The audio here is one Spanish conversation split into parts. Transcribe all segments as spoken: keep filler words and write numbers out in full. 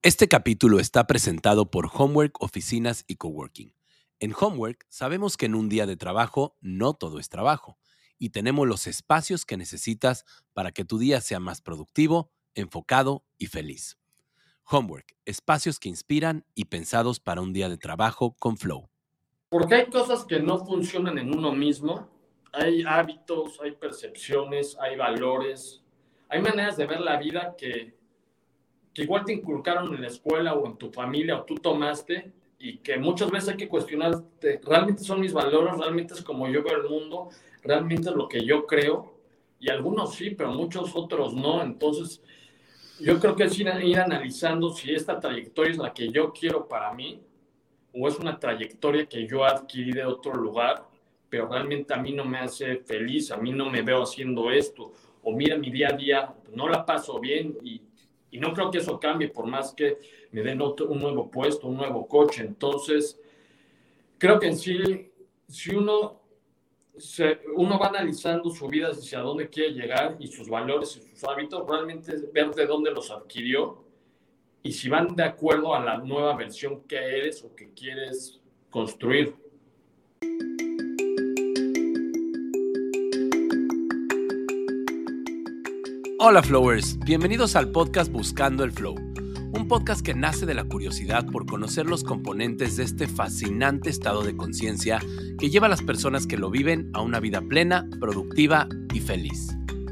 Este capítulo está presentado por Homework Oficinas y Coworking. En Homework sabemos que en un día de trabajo no todo es trabajo y tenemos los espacios que necesitas para que tu día sea más productivo, enfocado y feliz. Homework, espacios que inspiran y pensados para un día de trabajo con flow. Porque hay cosas que no funcionan en uno mismo, hay hábitos, hay percepciones, hay valores, hay maneras de ver la vida que, que igual te inculcaron en la escuela o en tu familia o tú tomaste y que muchas veces hay que cuestionarte, ¿realmente son mis valores? ¿Realmente es como yo veo el mundo? ¿Realmente es lo que yo creo? Y algunos sí, pero muchos otros no. Entonces, yo creo que es ir, ir analizando si esta trayectoria es la que yo quiero para mí o es una trayectoria que yo adquirí de otro lugar, pero realmente a mí no me hace feliz, a mí no me veo haciendo esto, o mira mi día a día, no la paso bien y, y no creo que eso cambie por más que me den otro, un nuevo puesto, un nuevo coche. Entonces, creo que en sí, si uno, se, uno va analizando su vida hacia dónde quiere llegar y sus valores y sus hábitos, realmente es ver de dónde los adquirió y si van de acuerdo a la nueva versión que eres o que quieres construir. Hola Flowers, bienvenidos al podcast Buscando el Flow, un podcast que nace de la curiosidad por conocer los componentes de este fascinante estado de conciencia que lleva a las personas que lo viven a una vida plena, productiva y feliz.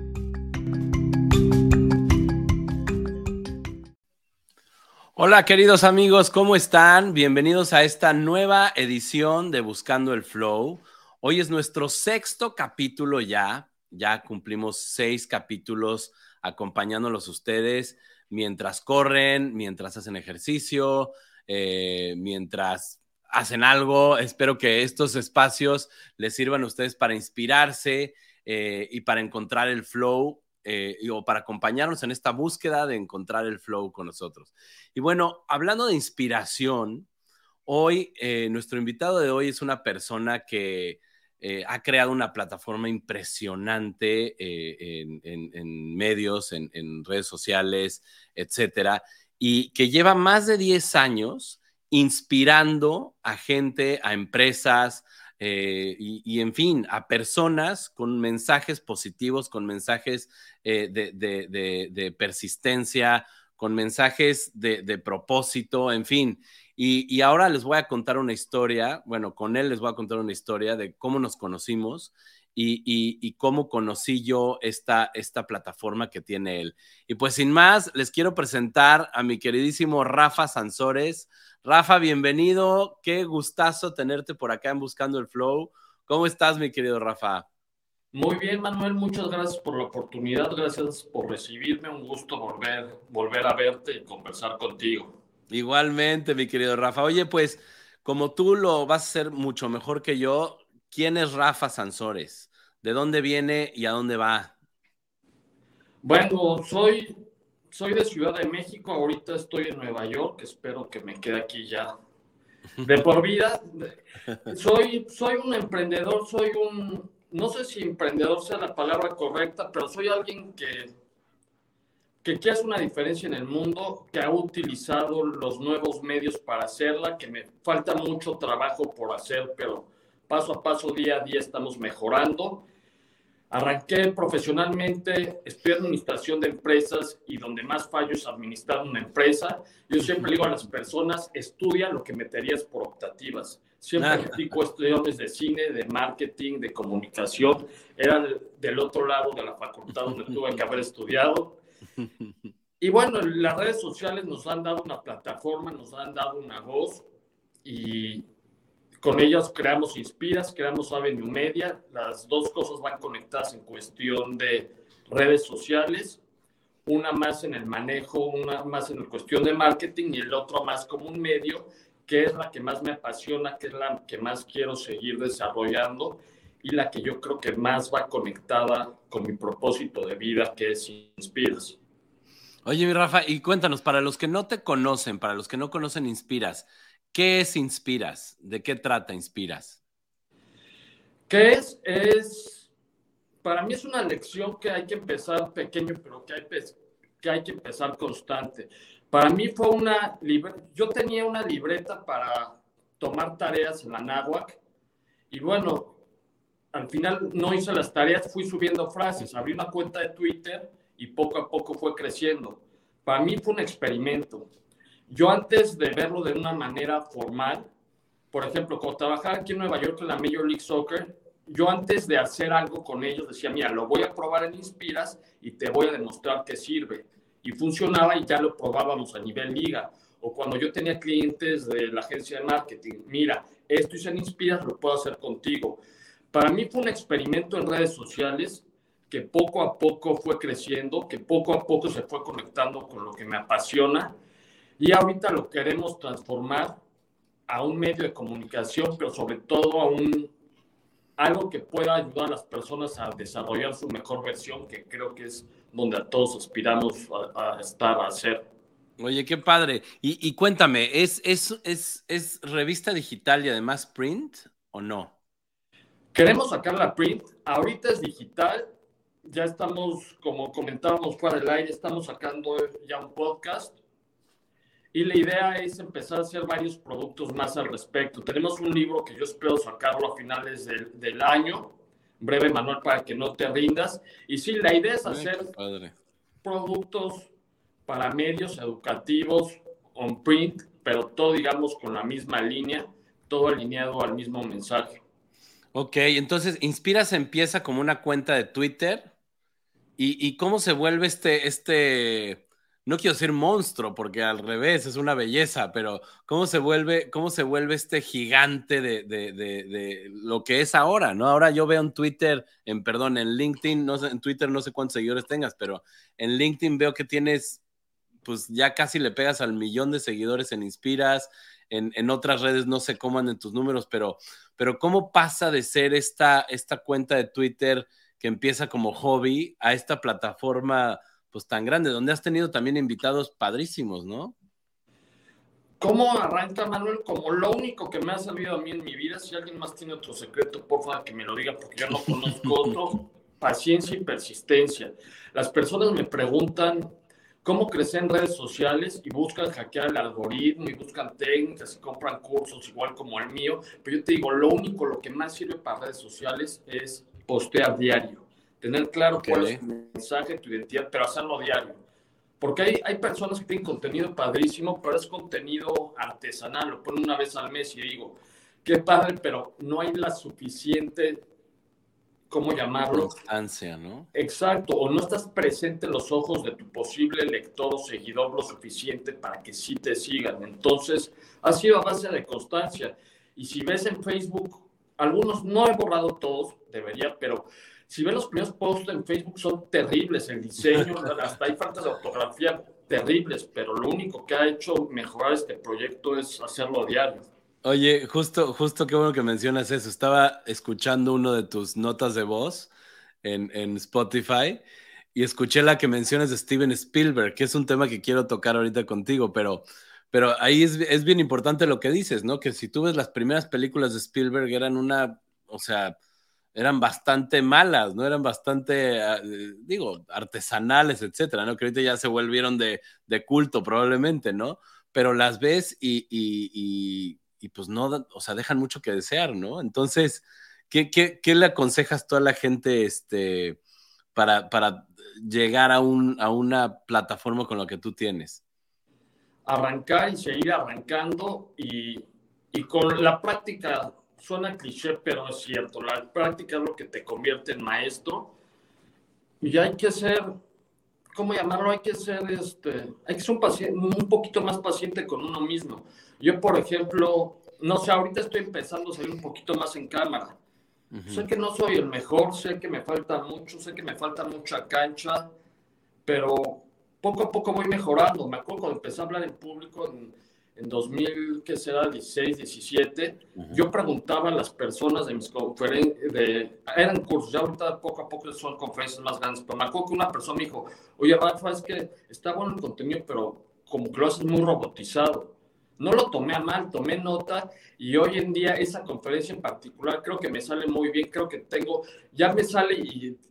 Hola queridos amigos, ¿cómo están? Bienvenidos a esta nueva edición de Buscando el Flow. Hoy es nuestro sexto capítulo ya, ya cumplimos seis capítulos acompañándolos ustedes mientras corren, mientras hacen ejercicio, eh, mientras hacen algo. Espero que estos espacios les sirvan a ustedes para inspirarse eh, y para encontrar el flow. Eh, o para acompañarnos en esta búsqueda de encontrar el flow con nosotros. Y bueno, hablando de inspiración, hoy eh, nuestro invitado de hoy es una persona que eh, ha creado una plataforma impresionante eh, en, en, en medios, en, en redes sociales, etcétera, y que lleva más de diez años inspirando a gente, a empresas, Eh, y, y, en fin, a personas con mensajes positivos, con mensajes eh, de, de, de, de persistencia, con mensajes de, de propósito, en fin. Y, y ahora les voy a contar una historia, bueno, con él les voy a contar una historia de cómo nos conocimos y, y, y cómo conocí yo esta, esta plataforma que tiene él. Y pues sin más, les quiero presentar a mi queridísimo Rafa Sansores. Rafa, bienvenido. Qué gustazo tenerte por acá en Buscando el Flow. ¿Cómo estás, mi querido Rafa? Muy bien, Manuel, muchas gracias por la oportunidad, gracias por recibirme, un gusto volver, volver a verte y conversar contigo. Igualmente, mi querido Rafa. Oye, pues, como tú lo vas a hacer mucho mejor que yo, ¿quién es Rafa Sansores? ¿De dónde viene y a dónde va? Bueno, soy, soy de Ciudad de México, ahorita estoy en Nueva York, espero que me quede aquí ya de por vida. Soy, soy un emprendedor, soy un, no sé si emprendedor sea la palabra correcta, pero soy alguien que, que, que hace una diferencia en el mundo, que ha utilizado los nuevos medios para hacerla, que me falta mucho trabajo por hacer, pero paso a paso, día a día estamos mejorando. Arranqué profesionalmente, estudié administración de empresas y donde más fallo es administrar una empresa. Yo siempre digo a las personas, estudia lo que meterías por optativas. Siempre Ah. metí cuestiones de cine, de marketing, de comunicación. Era del otro lado de la facultad donde tuve que haber estudiado. Y bueno, las redes sociales nos han dado una plataforma, nos han dado una voz y con ellas creamos Inspiras, creamos Avenue Media. Las dos cosas van conectadas en cuestión de redes sociales. Una más en el manejo, una más en la cuestión de marketing y el otro más como un medio, que es la que más me apasiona, que es la que más quiero seguir desarrollando y la que yo creo que más va conectada con mi propósito de vida, que es Inspiras. Oye, mi Rafa, y cuéntanos, para los que no te conocen, para los que no conocen Inspiras, ¿qué es Inspiras? ¿De qué trata Inspiras? ¿Qué es? Es, para mí es una lección que hay que empezar pequeño, pero que hay, que hay que empezar constante. Para mí fue una... Libre... Yo tenía una libreta para tomar tareas en la náhuac y bueno, al final no hice las tareas, fui subiendo frases, abrí una cuenta de Twitter y poco a poco fue creciendo. Para mí fue un experimento. Yo antes de verlo de una manera formal, por ejemplo, cuando trabajaba aquí en Nueva York en la Major League Soccer, yo antes de hacer algo con ellos decía, mira, lo voy a probar en Inspiras y te voy a demostrar que sirve. Y funcionaba y ya lo probábamos a nivel liga. O cuando yo tenía clientes de la agencia de marketing, mira, esto hice en Inspiras, lo puedo hacer contigo. Para mí fue un experimento en redes sociales que poco a poco fue creciendo, que poco a poco se fue conectando con lo que me apasiona y ahorita lo queremos transformar a un medio de comunicación, pero sobre todo a un, algo que pueda ayudar a las personas a desarrollar su mejor versión, que creo que es donde a todos aspiramos a, a estar, a hacer. Oye, qué padre. Y, y cuéntame, ¿es, es, es, ¿es revista digital y además print o no? Queremos sacar la print, ahorita es digital, ya estamos, como comentábamos fuera del aire, estamos sacando ya un podcast y la idea es empezar a hacer varios productos más al respecto. Tenemos un libro que yo espero sacarlo a finales del, del año, breve manual para que no te rindas, y sí, la idea es hacer productos para medios educativos on print, pero todo, digamos, con la misma línea, todo alineado al mismo mensaje. Ok, entonces Inspiras empieza como una cuenta de Twitter y, y cómo se vuelve este, este, no quiero decir monstruo porque al revés es una belleza, pero cómo se vuelve, cómo se vuelve este gigante de, de, de, de lo que es ahora, ¿no? Ahora yo veo en Twitter, en perdón, en LinkedIn, no sé, en Twitter no sé cuántos seguidores tengas, pero en LinkedIn veo que tienes, pues ya casi le pegas al millón de seguidores en Inspiras. En, en otras redes no sé cómo andan tus números, pero, pero ¿cómo pasa de ser esta, esta cuenta de Twitter que empieza como hobby a esta plataforma pues tan grande, donde has tenido también invitados padrísimos, ¿no? ¿Cómo arranca, Manuel? Como lo único que me ha salido a mí en mi vida, si alguien más tiene otro secreto, por favor que me lo diga, porque yo no conozco otro, paciencia y persistencia. Las personas me preguntan cómo crecer en redes sociales y buscan hackear el algoritmo y buscan técnicas y compran cursos igual como el mío, pero yo te digo, lo único, lo que más sirve para redes sociales es postear diario, tener claro okay. cuál es tu mensaje, tu identidad, pero hacerlo diario. Porque hay, hay personas que tienen contenido padrísimo, pero es contenido artesanal, lo ponen una vez al mes y digo, qué padre, pero no hay la suficiente, ¿cómo llamarlo? Constancia, ¿no? Exacto, o no estás presente en los ojos de tu posible lector o seguidor lo suficiente para que sí te sigan. Entonces, ha sido a base de constancia. Y si ves en Facebook, algunos, no he borrado todos, debería, pero si ves los primeros posts en Facebook son terribles, el diseño, hasta hay faltas de ortografía terribles, pero lo único que ha hecho mejorar este proyecto es hacerlo a diario. Oye, justo, justo qué bueno que mencionas eso. Estaba escuchando uno de tus notas de voz en, en Spotify y escuché la que mencionas de Steven Spielberg, que es un tema que quiero tocar ahorita contigo, pero, pero ahí es, es bien importante lo que dices, ¿no? Que si tú ves las primeras películas de Spielberg eran una, o sea, eran bastante malas, ¿no? Eran bastante, uh, digo, artesanales, etcétera, ¿no? Que ahorita ya se volvieron de, de culto probablemente, ¿no? Pero las ves y... y, y y pues no, o sea, dejan mucho que desear, ¿no? Entonces, ¿qué, qué, qué le aconsejas tú a la gente este, para, para llegar a, un, a una plataforma con la que tú tienes? Arrancar y seguir arrancando y, y con la práctica, suena cliché, pero es cierto, la práctica es lo que te convierte en maestro y hay que ser, ¿cómo llamarlo? Hay que ser, este, hay que ser un, paciente, un poquito más paciente con uno mismo. Yo, por ejemplo, no sé, ahorita estoy empezando a salir un poquito más en cámara. Uh-huh. Sé que no soy el mejor, sé que me falta mucho, sé que me falta mucha cancha, pero poco a poco voy mejorando. Me acuerdo cuando empecé a hablar en público en, en dos mil, ¿qué será? dieciséis, diecisiete, uh-huh. Yo preguntaba a las personas de mis conferencias, de, eran cursos, ya ahorita poco a poco son conferencias más grandes, pero me acuerdo que una persona me dijo, oye, Rafa, es que está bueno el contenido, pero como que lo haces muy robotizado. No lo tomé a mal, tomé nota y hoy en día esa conferencia en particular creo que me sale muy bien, creo que tengo, ya me sale y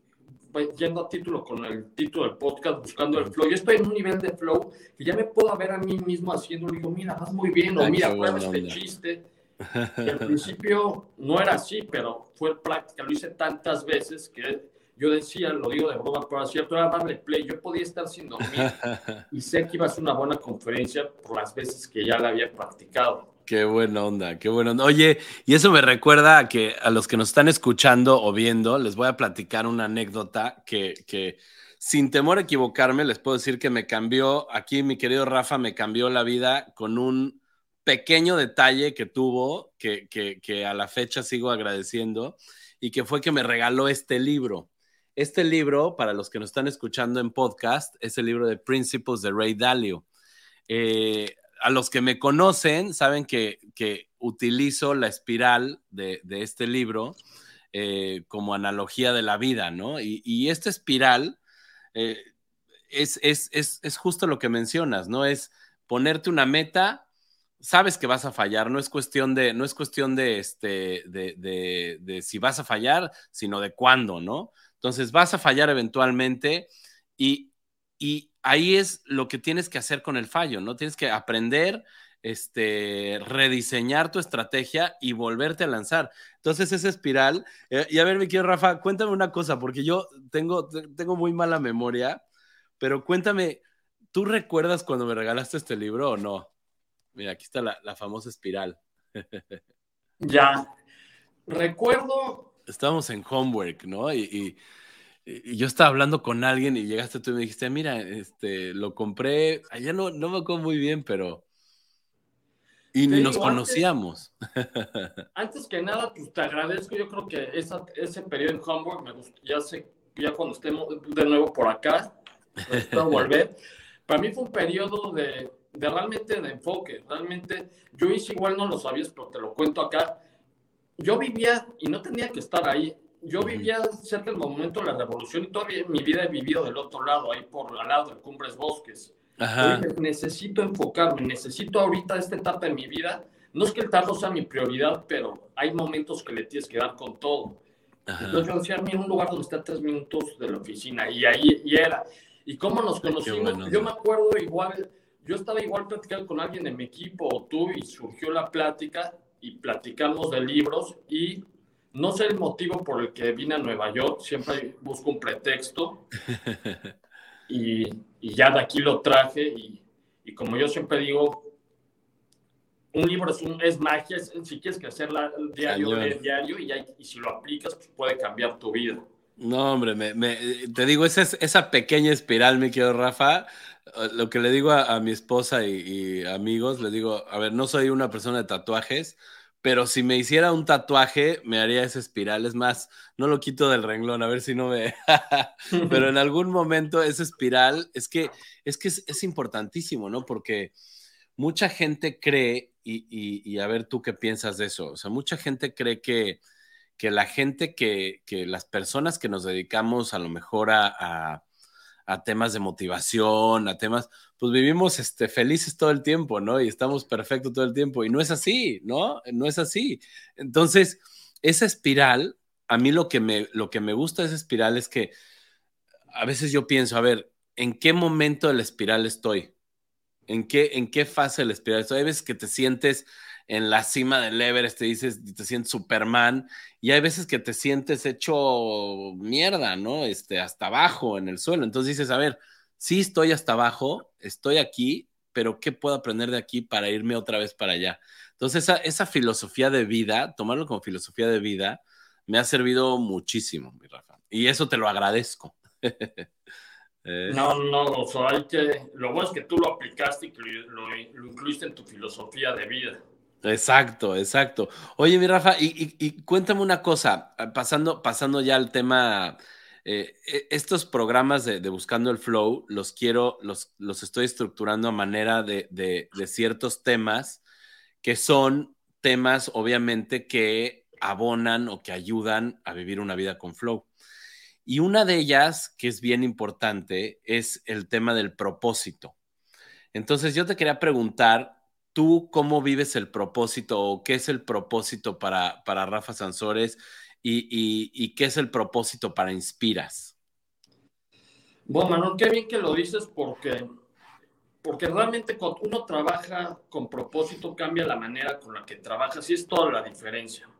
yendo a título con el título del podcast, buscando el flow. Yo estoy en un nivel de flow que ya me puedo ver a mí mismo haciendo, digo, mira, vas muy bien, o Ah, mira, qué prueba buena este onda. chiste. Y al principio no era así, pero fue práctica, lo hice tantas veces que yo decía, lo digo de broma, pero es cierto, era darle play. Yo podía estar sin dormir y sé que iba a ser una buena conferencia por las veces que ya la había practicado. Qué buena onda, qué buena onda. Oye, y eso me recuerda a que a los que nos están escuchando o viendo, les voy a platicar una anécdota que, que sin temor a equivocarme, les puedo decir que me cambió, aquí mi querido Rafa me cambió la vida con un pequeño detalle que tuvo, que, que, que a la fecha sigo agradeciendo, y que fue que me regaló este libro. Este libro, para los que nos están escuchando en podcast, es el libro de Principles de Ray Dalio. Eh, a los que me conocen saben que, que utilizo la espiral de, de este libro eh, como analogía de la vida, ¿no? Y, y esta espiral eh, es, es, es, es justo lo que mencionas, ¿no? Es ponerte una meta, sabes que vas a fallar, no es cuestión de, no es cuestión de, este, de, de, de si vas a fallar, sino de cuándo, ¿no? Entonces vas a fallar eventualmente y, y ahí es lo que tienes que hacer con el fallo, ¿no? Tienes que aprender, este, rediseñar tu estrategia y volverte a lanzar. Entonces esa espiral, eh, y a ver, mi querido Rafa, cuéntame una cosa, porque yo tengo, tengo muy mala memoria, pero cuéntame, ¿tú recuerdas cuando me regalaste este libro o no? Mira, aquí está la, la famosa espiral. Ya, recuerdo. Estábamos en homework, ¿no? Y, y, y yo estaba hablando con alguien y llegaste tú y me dijiste, mira, este, lo compré, allá no, no me acuerdo muy bien, pero... Y Te ni nos digo, antes, conocíamos. antes que nada, pues te agradezco. Yo creo que esa, ese periodo en Hamburg me gustó. Ya sé, ya cuando estemos de nuevo por acá, espero volver. Para mí fue un periodo de, de realmente de enfoque. Realmente, yo hice igual, no lo sabías, pero te lo cuento acá. Yo vivía, y no tenía que estar ahí, yo Ujú. vivía cerca del momento de la revolución y todavía mi vida he vivido del otro lado, ahí por al lado de Cumbres Bosques. Pero Ajá, dije, necesito enfocarme, necesito ahorita esta etapa de mi vida. No es que el trabajo sea mi prioridad, pero hay momentos que le tienes que dar con todo. Entonces ajá. yo decía, mira, un lugar donde está a tres minutos de la oficina, y ahí y era. ¿Y cómo nos Qué conocimos? buena Yo me onda. acuerdo igual, yo estaba igual platicando con alguien de mi equipo o tú, y surgió la plática, y platicamos de libros, y no sé el motivo por el que vine a Nueva York, siempre busco un pretexto, y, y ya de aquí lo traje, y, y como yo siempre digo, un libro es, un, es magia, es, si quieres que hacerla diario, Cañón. leer diario, y, hay, y si lo aplicas, pues puede cambiar tu vida. No, hombre, me, me- te digo, esa, es- esa pequeña espiral, mi querido Rafa, eh, lo que le digo a, a mi esposa y, y amigos, le digo, a ver, no soy una persona de tatuajes, pero si me hiciera un tatuaje, me haría esa espiral. Es más, no lo quito del renglón, a ver si no me... Pero en algún momento esa espiral, es que es, que es, es importantísimo, ¿no? Porque mucha gente cree, y, y, y a ver tú qué piensas de eso, o sea, mucha gente cree que que la gente que, que las personas que nos dedicamos a lo mejor a, a, a temas de motivación, a temas, pues vivimos este, felices todo el tiempo, ¿no? Y estamos perfectos todo el tiempo. Y no es así, ¿no? No es así. Entonces, esa espiral, a mí lo que me, lo que me gusta de esa espiral es que a veces yo pienso, a ver, ¿en qué momento de la espiral estoy? ¿En qué, en qué fase del espíritu? Hay veces que te sientes en la cima del Everest, te dices, te sientes Superman, y hay veces que te sientes hecho mierda, ¿no? Este, hasta abajo en el suelo. Entonces dices, a ver, sí estoy hasta abajo, estoy aquí, pero ¿qué puedo aprender de aquí para irme otra vez para allá? Entonces, esa, esa filosofía de vida, tomarlo como filosofía de vida, me ha servido muchísimo, mi Rafa. Y eso te lo agradezco. ¿Eh? No, no, o sea, hay que, lo bueno es que tú lo aplicaste y que lo, lo incluiste en tu filosofía de vida. Exacto, exacto. Oye, mi Rafa, y, y- y cuéntame una cosa, ah, pasando, pasando ya al tema, eh, e- estos programas de, de Buscando el Flow, los quiero, los, los estoy estructurando a manera de, de, de ciertos temas que son temas, obviamente, que abonan o que ayudan a vivir una vida con flow. Y una de ellas, que es bien importante, es el tema del propósito. Entonces yo te quería preguntar, ¿tú cómo vives el propósito o qué es el propósito para, para Rafa Sansores y, y, y qué es el propósito para Inspiras? Bueno, Manuel, qué bien que lo dices porque, porque realmente cuando uno trabaja con propósito cambia la manera con la que trabajas y es toda la diferencia.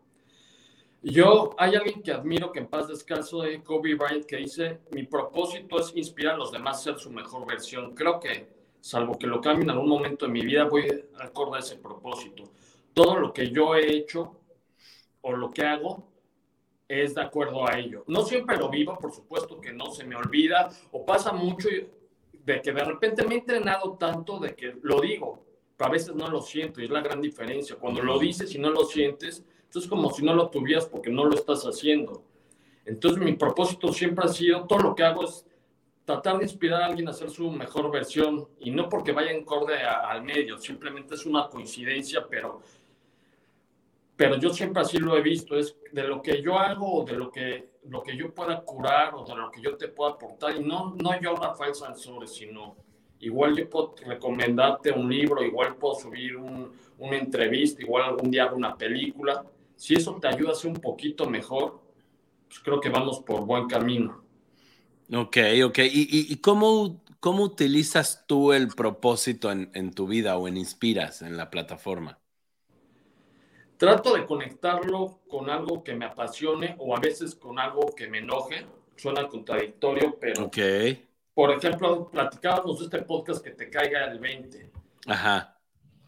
Yo, hay alguien que admiro, que en paz descanso, de Kobe Bryant, que dice, mi propósito es inspirar a los demás a ser su mejor versión. Creo que, salvo que lo cambie en algún momento de mi vida, voy a acordar ese propósito. Todo lo que yo he hecho o lo que hago es de acuerdo a ello. No siempre lo vivo, por supuesto que no, se me olvida, o pasa mucho de que de repente me he entrenado tanto de que lo digo, pero a veces no lo siento, y es la gran diferencia. Cuando lo dices y no lo sientes, entonces es como si no lo tuvieras porque no lo estás haciendo. Entonces mi propósito siempre ha sido, todo lo que hago es tratar de inspirar a alguien a hacer su mejor versión, y no porque vaya en acorde al medio, simplemente es una coincidencia, pero pero yo siempre así lo he visto, es de lo que yo hago o de lo que, lo que yo pueda curar o de lo que yo te pueda aportar, y no, no yo, Rafael Sansores, sino igual yo puedo recomendarte un libro, igual puedo subir un, una entrevista, igual algún día hago una película. Si eso te ayuda a ser un poquito mejor, pues creo que vamos por buen camino. Ok, ok. ¿Y, y, y cómo, cómo utilizas tú el propósito en, en tu vida o en Inspiras en la plataforma? Trato de conectarlo con algo que me apasione o a veces con algo que me enoje. Suena contradictorio, pero, Ok. por ejemplo, platicábamos de este podcast que te caiga el veinte. Ajá.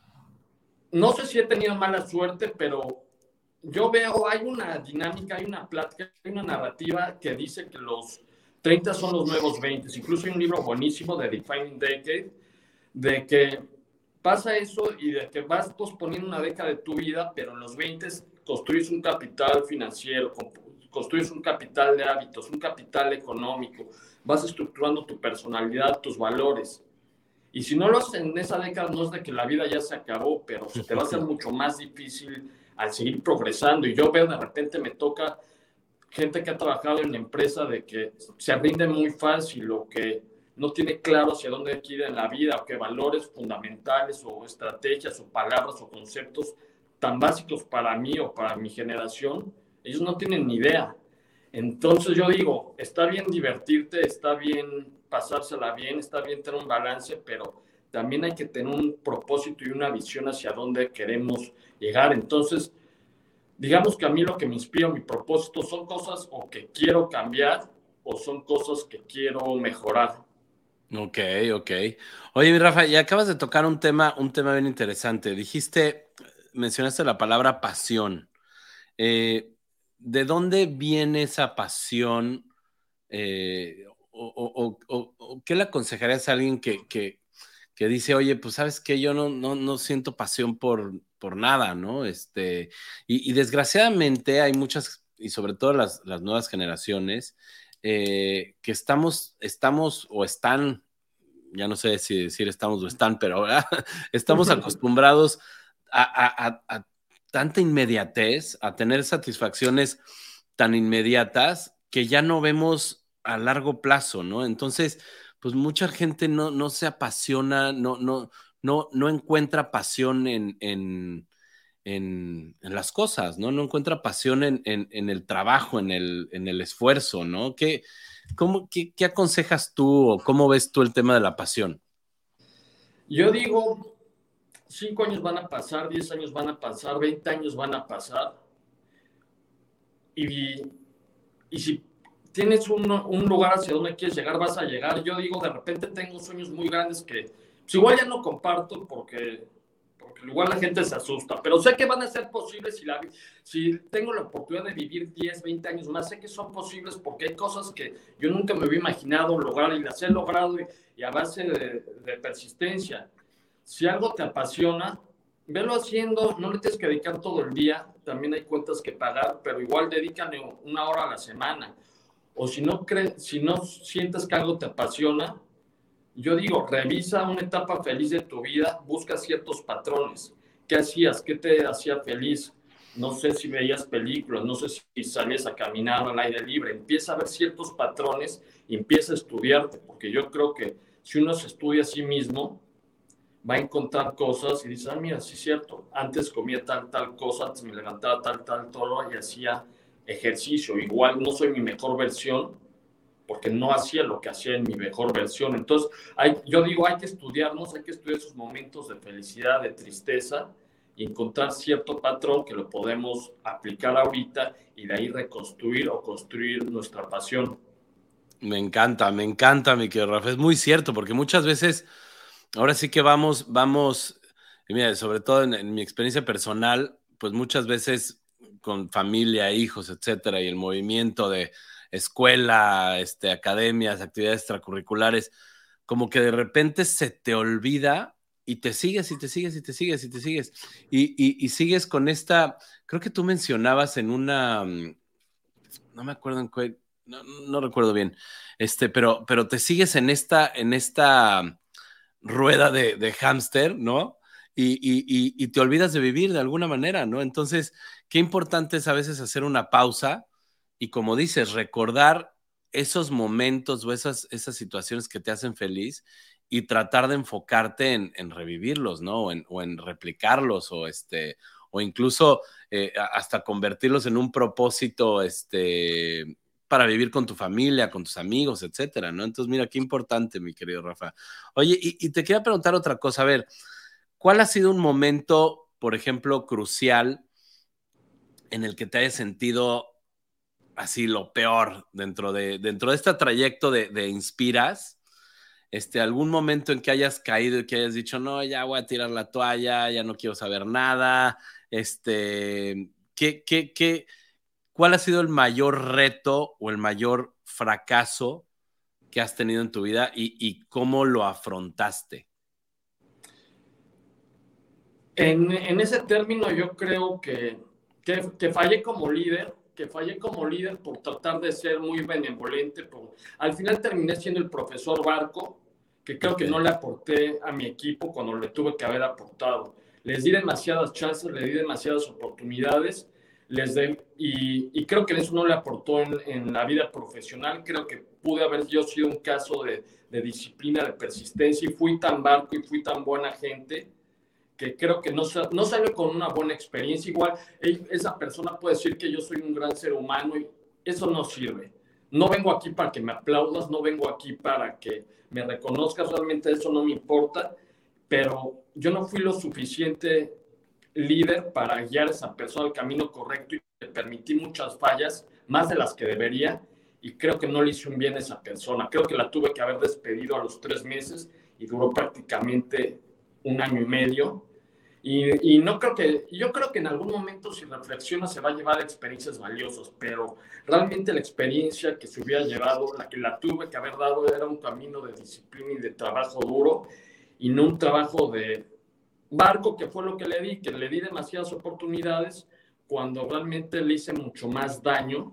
No sé si he tenido mala suerte, pero yo veo, hay una dinámica, hay una plática, hay una narrativa que dice que los treinta son los nuevos veinte. Incluso hay un libro buenísimo de Defining Decade, de que pasa eso y de que vas posponiendo una década de tu vida, pero en los veinte construyes un capital financiero, construyes un capital de hábitos, un capital económico, vas estructurando tu personalidad, tus valores. Y si no lo haces en esa década, no es de que la vida ya se acabó, pero se te va a hacer mucho más difícil al seguir progresando. Y yo veo, de repente me toca gente que ha trabajado en la empresa de que se rinde muy fácil o que no tiene claro hacia dónde quiere en la vida o que valores fundamentales o estrategias o palabras o conceptos tan básicos para mí o para mi generación, ellos no tienen ni idea. Entonces yo digo, está bien divertirte, está bien pasársela bien, está bien tener un balance, pero también hay que tener un propósito y una visión hacia dónde queremos llegar. Entonces, digamos que a mí lo que me inspira, mi propósito, son cosas o que quiero cambiar o son cosas que quiero mejorar. Ok, ok. Oye, mi Rafa, y acabas de tocar un tema, un tema bien interesante. Dijiste, mencionaste la palabra pasión. Eh, ¿de dónde viene esa pasión? Eh, o, o- o- o- ¿qué le aconsejarías a alguien que, que, que dice, oye, pues sabes que yo no, no, no siento pasión por, por nada, ¿no? Este, y, y desgraciadamente hay muchas, y sobre todo las, las nuevas generaciones, eh, que estamos, estamos o están, ya no sé si decir estamos o están, pero ¿verdad? Estamos acostumbrados a, a, a, a tanta inmediatez, a tener satisfacciones tan inmediatas que ya no vemos a largo plazo, ¿no? Entonces, pues mucha gente no, no se apasiona, no, no, no, no encuentra pasión en, en, en, en las cosas, ¿no? No encuentra pasión en, en, en el trabajo, en el, en el esfuerzo, ¿no? ¿Qué, cómo, qué, ¿Qué aconsejas tú o cómo ves tú el tema de la pasión? Yo digo, cinco años van a pasar, diez años van a pasar, veinte años van a pasar, y, y si tienes un, un lugar hacia donde quieres llegar, vas a llegar. Yo digo, de repente tengo sueños muy grandes que pues igual ya no comparto porque, porque igual la gente se asusta, pero sé que van a ser posibles si, la, si tengo la oportunidad de vivir diez, veinte años más, sé que son posibles porque hay cosas que yo nunca me había imaginado lograr y las he logrado, y, y a base de, de persistencia. Si algo te apasiona, velo haciendo, no le tienes que dedicar todo el día, también hay cuentas que pagar, pero igual dedícale una hora a la semana. O si no, crees, si no sientes que algo te apasiona, yo digo, revisa una etapa feliz de tu vida, busca ciertos patrones. ¿Qué hacías? ¿Qué te hacía feliz? No sé si veías películas, no sé si salías a caminar al aire libre. Empieza a ver ciertos patrones y empieza a estudiarte, porque yo creo que si uno se estudia a sí mismo, va a encontrar cosas y dice, ah, mira, sí es cierto, antes comía tal, tal cosa, antes me levantaba tal, tal, todo y hacía ejercicio. Igual no soy mi mejor versión, porque no hacía lo que hacía en mi mejor versión. Entonces, hay, yo digo, hay que estudiarnos, hay que estudiar esos momentos de felicidad, de tristeza, y encontrar cierto patrón que lo podemos aplicar ahorita y de ahí reconstruir o construir nuestra pasión. Me encanta, me encanta, mi querido Rafa. Es muy cierto, porque muchas veces, ahora sí que vamos, vamos, y mira, sobre todo en, en mi experiencia personal, pues muchas veces con familia, hijos, etcétera, y el movimiento de escuela, este, academias, actividades extracurriculares, como que de repente se te olvida y te sigues y te sigues y te sigues y te sigues. Y, y, y sigues con esta, creo que tú mencionabas en una, mm, no me acuerdo en qué, no, no recuerdo bien, este, pero, pero te sigues en esta, en esta rueda de, de hámster, ¿no? Y, y, y, y te olvidas de vivir de alguna manera, ¿no? Entonces, qué importante es a veces hacer una pausa y, como dices, recordar esos momentos o esas, esas situaciones que te hacen feliz y tratar de enfocarte en, en revivirlos, ¿no? O en, o en replicarlos o, este, o incluso eh, hasta convertirlos en un propósito, este, para vivir con tu familia, con tus amigos, etcétera, ¿no? Entonces, mira, qué importante, mi querido Rafa. Oye, y, y te quería preguntar otra cosa, a ver, ¿cuál ha sido un momento, por ejemplo, crucial en el que te hayas sentido así lo peor dentro de, dentro de este trayecto de, de Inspiras? Este, algún momento en que hayas caído y que hayas dicho, no, ya voy a tirar la toalla, ya no quiero saber nada, este, ¿qué, qué, qué, ¿cuál ha sido el mayor reto o el mayor fracaso que has tenido en tu vida y, y cómo lo afrontaste? En, en ese término yo creo que, que, que, fallé como líder, que fallé como líder por tratar de ser muy benevolente. Por, al final terminé siendo el profesor Barco, que creo Okay. que no le aporté a mi equipo cuando le tuve que haber aportado. Les di demasiadas chances, les di demasiadas oportunidades, les de, y, y creo que eso no le aportó en, en la vida profesional. Creo que pude haber yo sido un caso de, de disciplina, de persistencia, y fui tan Barco y fui tan buena gente que creo que no, no salió con una buena experiencia. Igual esa persona puede decir que yo soy un gran ser humano y eso no sirve. No vengo aquí para que me aplaudas, no vengo aquí para que me reconozcas, realmente eso no me importa, pero yo no fui lo suficiente líder para guiar a esa persona al camino correcto y le permití muchas fallas, más de las que debería, y creo que no le hice un bien a esa persona. Creo que la tuve que haber despedido a los tres meses y duró prácticamente un año y medio. Y, y no creo que, yo creo que en algún momento, si reflexiona, se va a llevar experiencias valiosas, pero realmente la experiencia que se hubiera llevado, la que la tuve que haber dado, era un camino de disciplina y de trabajo duro, y no un trabajo de Barco, que fue lo que le di, que le di demasiadas oportunidades, cuando realmente le hice mucho más daño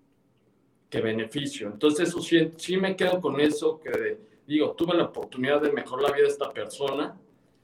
que beneficio. Entonces, eso sí, sí me quedo con eso, que digo, tuve la oportunidad de mejorar la vida de esta persona,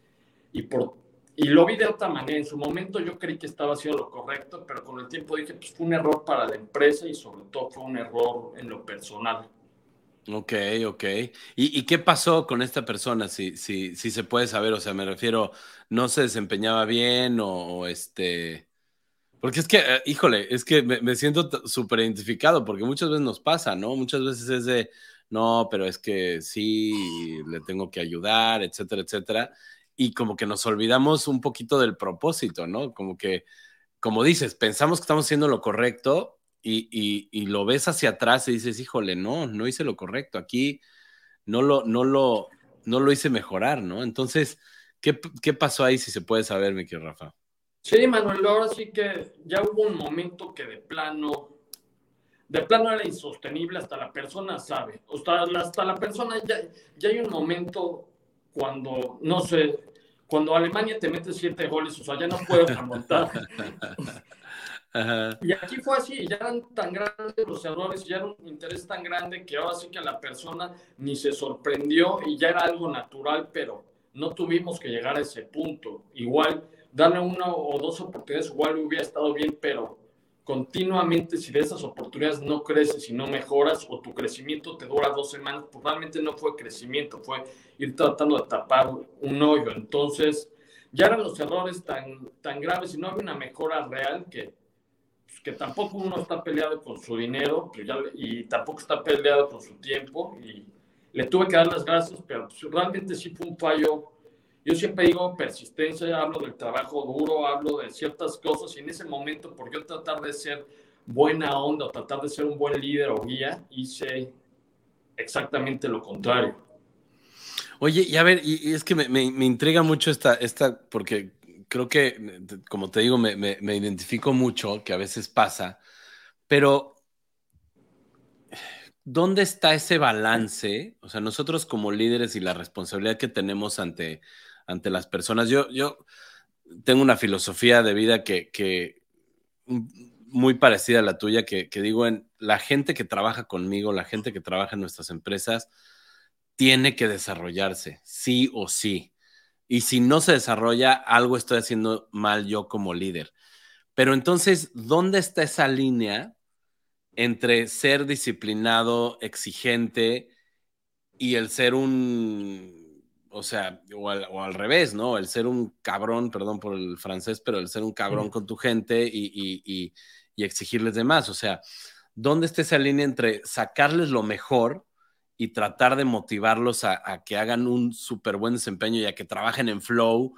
y por Y lo vi de otra manera. En su momento yo creí que estaba haciendo lo correcto, pero con el tiempo dije, pues fue un error para la empresa y sobre todo fue un error en lo personal. Ok, ok. ¿Y, y qué pasó con esta persona? Si, si, si se puede saber, o sea, me refiero, ¿no se desempeñaba bien o, o este...? Porque es que, eh, híjole, es que me, me siento súper identificado porque muchas veces nos pasa, ¿no? Muchas veces es de, no, pero es que sí, le tengo que ayudar, etcétera, etcétera. Y como que nos olvidamos un poquito del propósito, ¿no? Como que, como dices, pensamos que estamos haciendo lo correcto y, y, y lo ves hacia atrás y dices, híjole, no, no hice lo correcto. Aquí no lo, no lo, no lo hice mejorar, ¿no? Entonces, ¿qué, qué pasó ahí si se puede saber, mi querido Rafa? Sí, Manuel, ahora sí que ya hubo un momento que de plano, de plano era insostenible, hasta la persona sabe, hasta, hasta la persona ya, ya hay un momento cuando, no sé, cuando Alemania te mete siete goles, o sea, ya no puedes remontar. Ajá. Y aquí fue así, ya eran tan grandes los errores, ya era un interés tan grande que ahora sí que a la persona ni se sorprendió y ya era algo natural, pero no tuvimos que llegar a ese punto. Igual, darle una o dos oportunidades, igual hubiera estado bien, pero continuamente, si de esas oportunidades no creces y no mejoras, o tu crecimiento te dura dos semanas, pues realmente no fue crecimiento, fue ir tratando de tapar un hoyo. Entonces, ya eran los errores tan, tan graves y no había una mejora real que pues, que tampoco uno está peleado con su dinero, pues ya, y tampoco está peleado con su tiempo, y le tuve que dar las gracias, pero pues, realmente sí fue un fallo. Yo siempre digo persistencia, hablo del trabajo duro, hablo de ciertas cosas, y en ese momento, por yo tratar de ser buena onda o tratar de ser un buen líder o guía, hice exactamente lo contrario. Oye, y a ver, y, y es que me, me, me intriga mucho esta, esta, porque creo que, como te digo, me, me, me identifico mucho, que a veces pasa, pero ¿dónde está ese balance? O sea, nosotros como líderes y la responsabilidad que tenemos ante, ante las personas. Yo, yo tengo una filosofía de vida que, que muy parecida a la tuya, que, que digo, en la gente que trabaja conmigo, la gente que trabaja en nuestras empresas, tiene que desarrollarse, sí o sí. Y si no se desarrolla, algo estoy haciendo mal yo como líder. Pero entonces, ¿dónde está esa línea entre ser disciplinado, exigente y el ser un, o sea, o al, o al revés, ¿no? El ser un cabrón, perdón por el francés, pero el ser un cabrón con tu gente y, y, y, y exigirles de más? O sea, ¿dónde está esa línea entre sacarles lo mejor y tratar de motivarlos a, a que hagan un súper buen desempeño y a que trabajen en flow?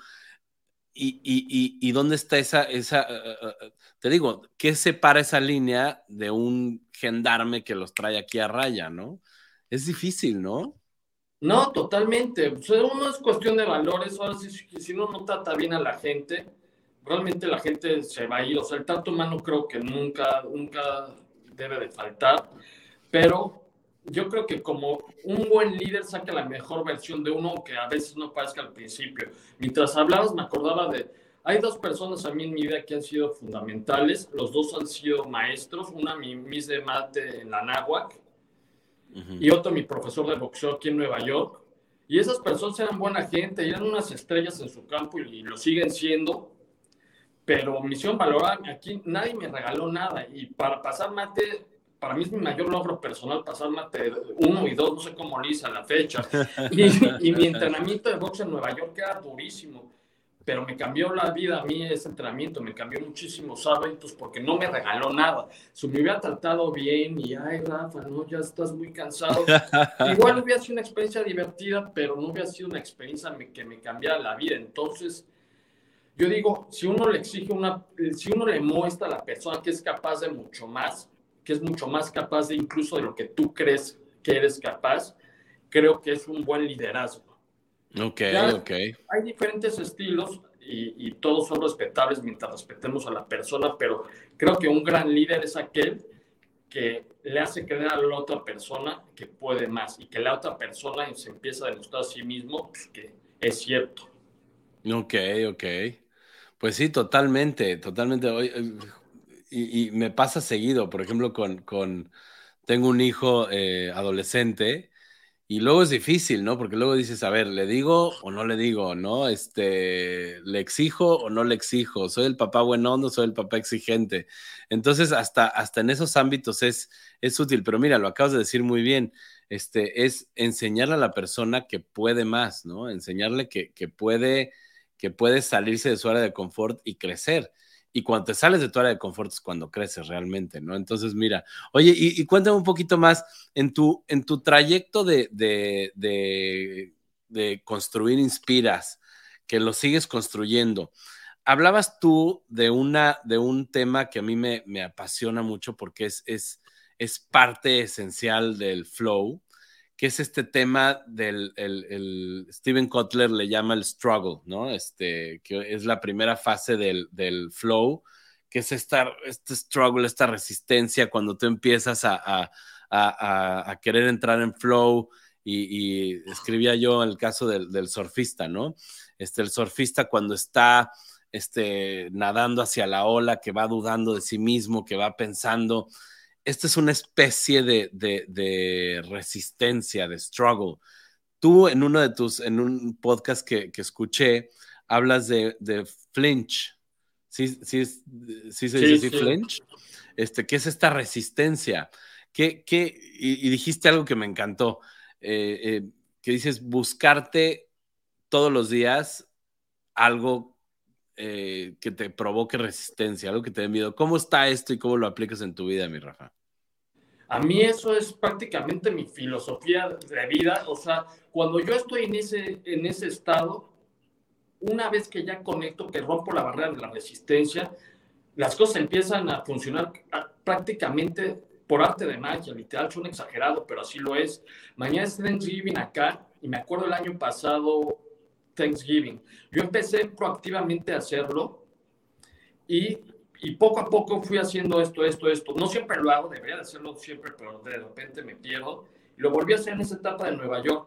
Y, y, y, y dónde está esa, esa uh, uh, te digo, ¿qué separa esa línea de un gendarme que los trae aquí a raya, ¿no? Es difícil, ¿no? No, totalmente. O sea, uno es cuestión de valores. Ahora sí, si, si uno no trata bien a la gente, realmente la gente se va a ir. O sea, el trato humano creo que nunca, nunca debe de faltar. Pero yo creo que como un buen líder saca la mejor versión de uno, que a veces no parezca al principio. Mientras hablabas, me acordaba de... Hay dos personas a mí en mi vida que han sido fundamentales. Los dos han sido maestros. Una, mi Miss de Mate en la Náhuac, Uh-huh. y otro mi profesor de boxeo aquí en Nueva York. Y esas personas eran buena gente, eran unas estrellas en su campo y, y lo siguen siendo, pero misión valorar, aquí nadie me regaló nada. Y para pasar mate, para mí es mi mayor logro personal, pasar mate uno y dos, no sé cómo lo hice a la fecha. Y, y mi entrenamiento de boxeo en Nueva York era durísimo, pero me cambió la vida a mí ese entrenamiento, me cambió muchísimos hábitos porque no me regaló nada. Si me hubiera tratado bien y, ay, Rafa, no, ya estás muy cansado, igual hubiera sido una experiencia divertida, pero no hubiera sido una experiencia que me cambiara la vida. Entonces, yo digo, si uno le exige una, si uno le muestra a la persona que es capaz de mucho más, que es mucho más capaz de incluso de lo que tú crees que eres capaz, creo que es un buen liderazgo. Ok, Ya ok. hay diferentes estilos y, y todos son respetables mientras respetemos a la persona, pero creo que un gran líder es aquel que le hace creer a la otra persona que puede más y que la otra persona se empieza a demostrar a sí mismo pues, que es cierto. Ok, ok. Pues sí, totalmente, totalmente. Y, y me pasa seguido, por ejemplo, con, con tengo un hijo eh, adolescente. Y luego es difícil, ¿no? Porque luego dices, a ver, ¿le digo o no le digo, no? Este, ¿le exijo o no le exijo? ¿Soy el papá buenón o soy el papá exigente? Entonces, hasta, hasta en esos ámbitos es, es útil. Pero mira, lo acabas de decir muy bien. Este, es enseñarle a la persona que puede más, ¿no? Enseñarle que, que puede, que puede salirse de su área de confort y crecer. Y cuando te sales de tu área de confort es cuando creces realmente, ¿no? Entonces, mira, oye, y, y cuéntame un poquito más en tu, en tu trayecto de, de, de, de construir Inspiras, que lo sigues construyendo. Hablabas tú de, una, de un tema que a mí me, me apasiona mucho porque es, es, es parte esencial del flow, que es este tema del el, el Steven Kotler le llama el struggle, ¿no? Este, que es la primera fase del, del flow, que es esta, este struggle, esta resistencia cuando tú empiezas a, a, a, a querer entrar en flow. Y, y escribía yo el caso del, del surfista, ¿no? Este, el surfista cuando está este, nadando hacia la ola, que va dudando de sí mismo, que va pensando, esta es una especie de, de, de, resistencia, de struggle. Tú en uno de tus, en un podcast que, que escuché, hablas de, de flinch. ¿Sí, sí, sí se dice Sí, así, sí. flinch? Este, ¿qué es esta resistencia? ¿Qué, qué? Y, y dijiste algo que me encantó, eh, eh, que dices buscarte todos los días algo eh, que te provoque resistencia, algo que te dé miedo. ¿Cómo está esto y cómo lo aplicas en tu vida, mi Rafa? A mí eso es prácticamente mi filosofía de vida. O sea, cuando yo estoy en ese, en ese estado, una vez que ya conecto, que rompo la barrera de la resistencia, las cosas empiezan a funcionar prácticamente por arte de magia, literal, suena exagerado, pero así lo es. Mañana es Thanksgiving acá, y me acuerdo el año pasado, Thanksgiving. Yo empecé proactivamente a hacerlo, y, y poco a poco fui haciendo esto, esto, esto. No siempre lo hago, debería de hacerlo siempre, pero de repente me pierdo. Y lo volví a hacer en esa etapa de Nueva York.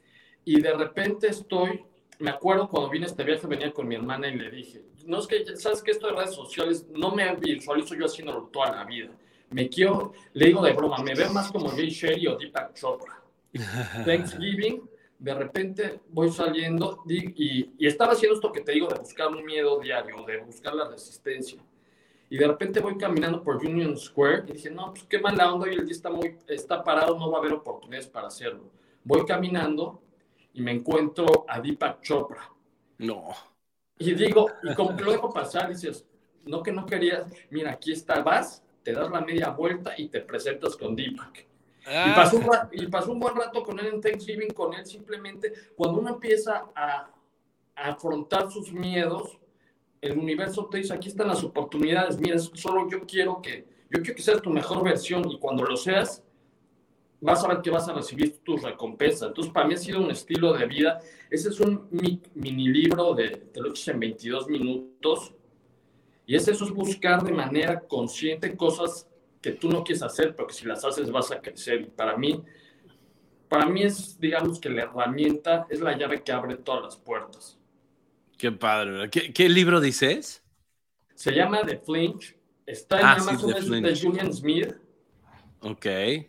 Y de repente estoy, me acuerdo cuando vine a este viaje, venía con mi hermana y le dije, no es que, ¿sabes qué? Esto de redes sociales, no me visualizo yo haciéndolo toda la vida. Me quiero, le digo de broma, me veo más como Jay Shetty o Deepak Chopra. Thanksgiving, de repente voy saliendo y, y estaba haciendo esto que te digo de buscar un miedo diario, de buscar la resistencia. Y de repente voy caminando por Union Square y dije, no, pues qué mala onda, y el día está, muy, está parado, no va a haber oportunidades para hacerlo. Voy caminando y me encuentro a Deepak Chopra. No. Y digo, y como que lo dejo pasar, dices, no que no querías, mira, aquí está, vas, te das la media vuelta y te presentas con Deepak. Y pasó, un rato, y pasó un buen rato con él en Thanksgiving, con él simplemente, cuando uno empieza a, a afrontar sus miedos, el universo te dice, aquí están las oportunidades, mira, solo yo quiero que, yo quiero que seas tu mejor versión, y cuando lo seas, vas a ver que vas a recibir tus recompensas. Entonces, para mí ha sido un estilo de vida. Ese es un mini libro de, te lo echas en veintidós minutos, y es eso, es buscar de manera consciente cosas que tú no quieres hacer, pero que si las haces vas a crecer. Y para mí, para mí es, digamos que la herramienta es la llave que abre todas las puertas. Qué padre. ¿Qué, qué libro dices? Se llama The Flinch. Está en ah, Amazon, sí, es de Julian Smith. Ok.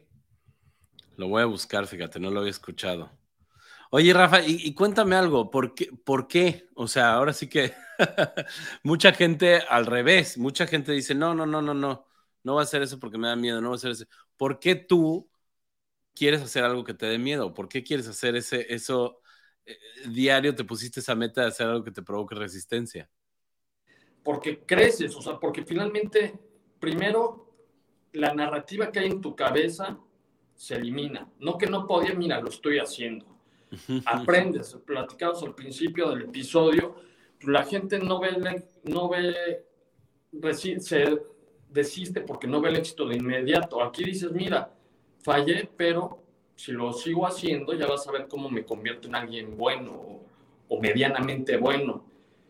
Lo voy a buscar, fíjate, no lo había escuchado. Oye, Rafa, y, y cuéntame algo, ¿por qué? ¿Por qué? O sea, ahora sí que mucha gente al revés, mucha gente dice, no, no, no, no, no, no va a hacer eso porque me da miedo, no va a hacer eso. ¿Por qué tú quieres hacer algo que te dé miedo? ¿Por qué quieres hacer ese, eso eh, diario? ¿Te pusiste esa meta de hacer algo que te provoque resistencia? Porque creces, o sea, porque finalmente, primero, la narrativa que hay en tu cabeza se elimina. No que no podía, mira, lo estoy haciendo. Aprendes, platicamos al principio del episodio, la gente no ve, no ve, se desiste porque no ve el éxito de inmediato. Aquí dices, mira, fallé, pero si lo sigo haciendo, ya vas a ver cómo me convierto en alguien bueno o, o medianamente bueno.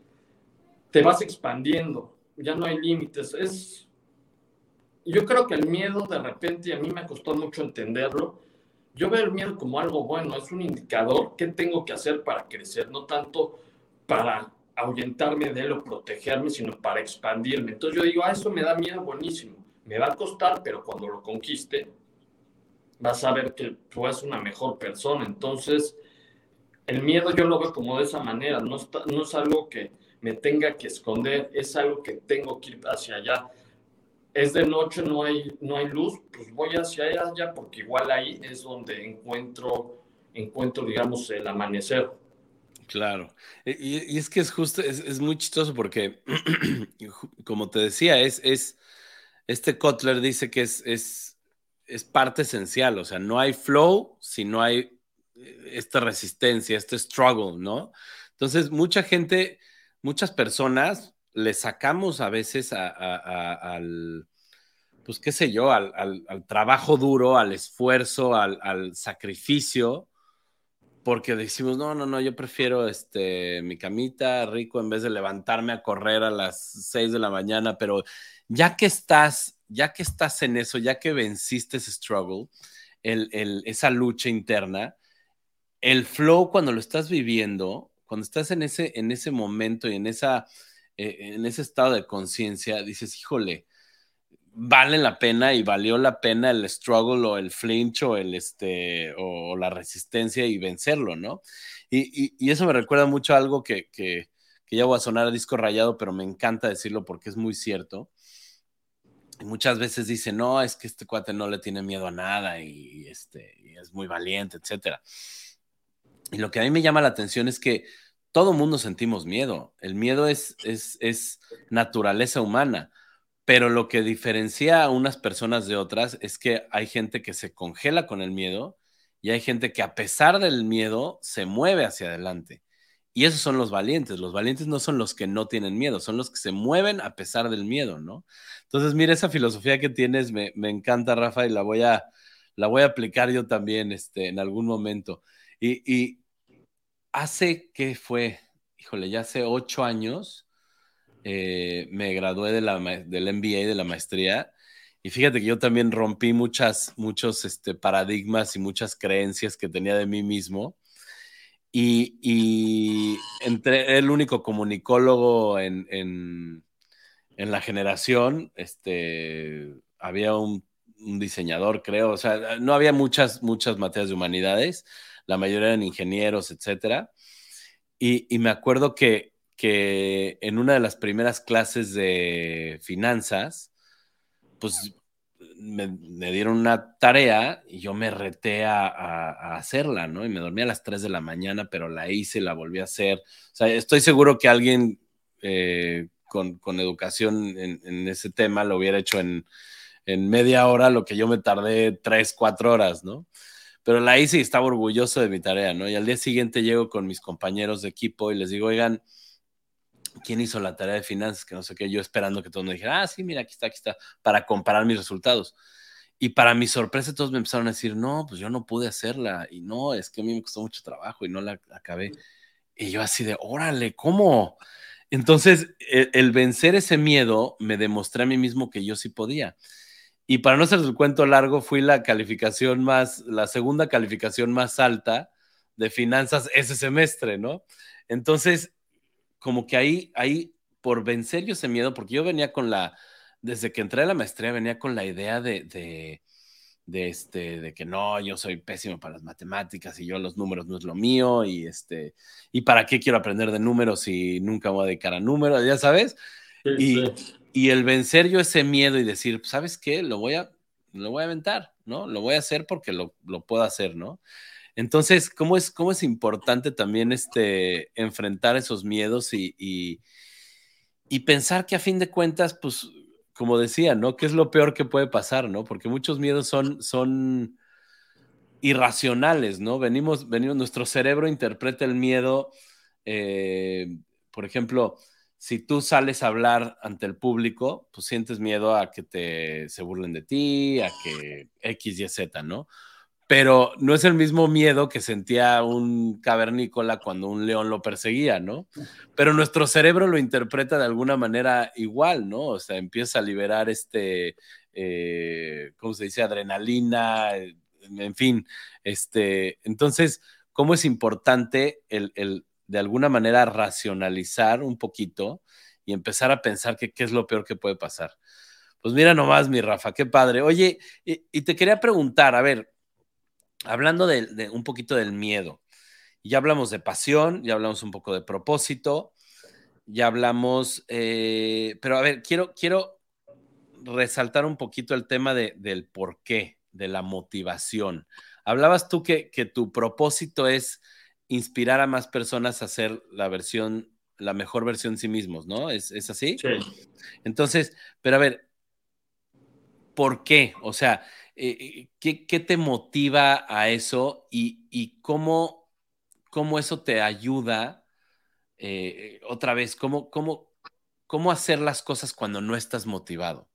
Te vas expandiendo, ya no hay límites. Es, yo creo que el miedo de repente, a mí me costó mucho entenderlo. Yo veo el miedo como algo bueno, es un indicador que tengo que hacer para crecer, no tanto para ahuyentarme de él o protegerme, sino para expandirme. Entonces yo digo, ah, eso me da miedo, buenísimo. Me va a costar, pero cuando lo conquiste, vas a ver que tú eres una mejor persona. Entonces, el miedo yo lo veo como de esa manera, no, está, no es algo que me tenga que esconder, es algo que tengo que ir hacia allá. Es de noche, no hay, no hay luz, pues voy hacia allá porque igual ahí es donde encuentro, encuentro digamos, el amanecer. Claro. Y, y es que es justo, es, es muy chistoso porque, como te decía, es, es, este Kotler dice que es, es, es parte esencial, o sea, no hay flow si no hay esta resistencia, este struggle, ¿no? Entonces, mucha gente, muchas personas le sacamos a veces a, a, a, al, pues qué sé yo, al, al, al trabajo duro, al esfuerzo, al, al sacrificio, porque decimos, no, no, no, yo prefiero este, mi camita rico en vez de levantarme a correr a las seis de la mañana, pero ya que estás, ya que estás en eso, ya que venciste ese struggle, el, el, esa lucha interna, el flow cuando lo estás viviendo, cuando estás en ese, en ese momento y en, esa, eh, en ese estado de conciencia, dices, híjole, vale la pena y valió la pena el struggle o el flinch o, el, este, o, o la resistencia y vencerlo, ¿no? Y, y, y, eso me recuerda mucho a algo que, que, que ya voy a sonar a disco rayado, pero me encanta decirlo porque es muy cierto. Y muchas veces dicen, no, es que este cuate no le tiene miedo a nada y, y este, y es muy valiente, etcétera. Y lo que a mí me llama la atención es que todo mundo sentimos miedo. El miedo es, es, es naturaleza humana, pero lo que diferencia a unas personas de otras es que hay gente que se congela con el miedo y hay gente que a pesar del miedo se mueve hacia adelante. Y esos son los valientes. Los valientes no son los que no tienen miedo, son los que se mueven a pesar del miedo, ¿no? Entonces, mira, esa filosofía que tienes me, me encanta, Rafa, y la voy a, la voy a aplicar yo también este, en algún momento. Y, y hace, ¿qué fue? Híjole, ya hace ocho años eh, me gradué de la, del M B A, de la maestría, y fíjate que yo también rompí muchas, muchos este, paradigmas y muchas creencias que tenía de mí mismo. Y, y entre el único comunicólogo en, en, en la generación, este, había un, un, diseñador, creo, o sea, no había muchas, muchas materias de humanidades, la mayoría eran ingenieros, etcétera. Y, y me acuerdo que, que en una de las primeras clases de finanzas, pues me, me dieron una tarea y yo me reté a, a, a, hacerla, ¿no? Y me dormí a las tres de la mañana, pero la hice, la volví a hacer. O sea, estoy seguro que alguien eh, con, con, educación en, en, ese tema lo hubiera hecho en, en media hora, lo que yo me tardé tres, cuatro horas, ¿no? Pero la hice y estaba orgulloso de mi tarea, ¿no? Y al día siguiente llego con mis compañeros de equipo y les digo, oigan, ¿quién hizo la tarea de finanzas? Que no sé qué, yo esperando que todos me dijeran, ah, sí, mira, aquí está, aquí está, para comparar mis resultados. Y para mi sorpresa todos me empezaron a decir, no, pues yo no pude hacerla, y no, es que a mí me costó mucho trabajo y no la acabé. Y yo así de, órale, ¿cómo? Entonces, el, el vencer ese miedo me demostré a mí mismo que yo sí podía. Y para no hacer el cuento largo, fui la calificación más, la segunda calificación más alta de finanzas ese semestre, ¿no? Entonces, como que ahí, ahí, por vencer yo ese miedo, porque yo venía con la, desde que entré a la maestría, venía con la idea de, de, de, este, de que no, yo soy pésimo para las matemáticas y yo los números no es lo mío, y, este, y para qué quiero aprender de números si nunca voy a dedicar a números, ya sabes. Sí, Y, sí. y el vencer yo ese miedo y decir, ¿sabes qué? Lo voy a, lo voy a aventar, ¿no? Lo voy a hacer porque lo, lo puedo hacer, ¿no? Entonces, ¿cómo es, cómo es importante también este, enfrentar esos miedos y, y, y pensar que a fin de cuentas, pues, como decía, ¿no? ¿Qué es lo peor que puede pasar, ¿no? Porque muchos miedos son, son irracionales, ¿no? Venimos, venimos, nuestro cerebro interpreta el miedo, eh, por ejemplo, si tú sales a hablar ante el público, pues sientes miedo a que te, se burlen de ti, a que X, Y, Z, ¿no? Pero no es el mismo miedo que sentía un cavernícola cuando un león lo perseguía, ¿no? Pero nuestro cerebro lo interpreta de alguna manera igual, ¿no? O sea, empieza a liberar este, eh, ¿cómo se dice? Adrenalina, en fin, este, entonces, ¿cómo es importante el, el de alguna manera racionalizar un poquito y empezar a pensar que qué es lo peor que puede pasar? Pues mira nomás, mi Rafa, qué padre. Oye, y, y te quería preguntar, a ver, hablando de, de, un poquito del miedo, ya hablamos de pasión, ya hablamos un poco de propósito, ya hablamos, eh, pero a ver, quiero, quiero resaltar un poquito el tema de, del por qué, de la motivación. Hablabas tú que, que tu propósito es inspirar a más personas a hacer la versión, la mejor versión de sí mismos, ¿no? ¿Es, es así? Sí. Entonces, pero a ver, ¿por qué? O sea, eh, ¿qué, ¿qué, te motiva a eso y, y cómo, cómo eso te ayuda eh, otra vez? ¿Cómo, cómo, ¿Cómo hacer las cosas cuando no estás motivado?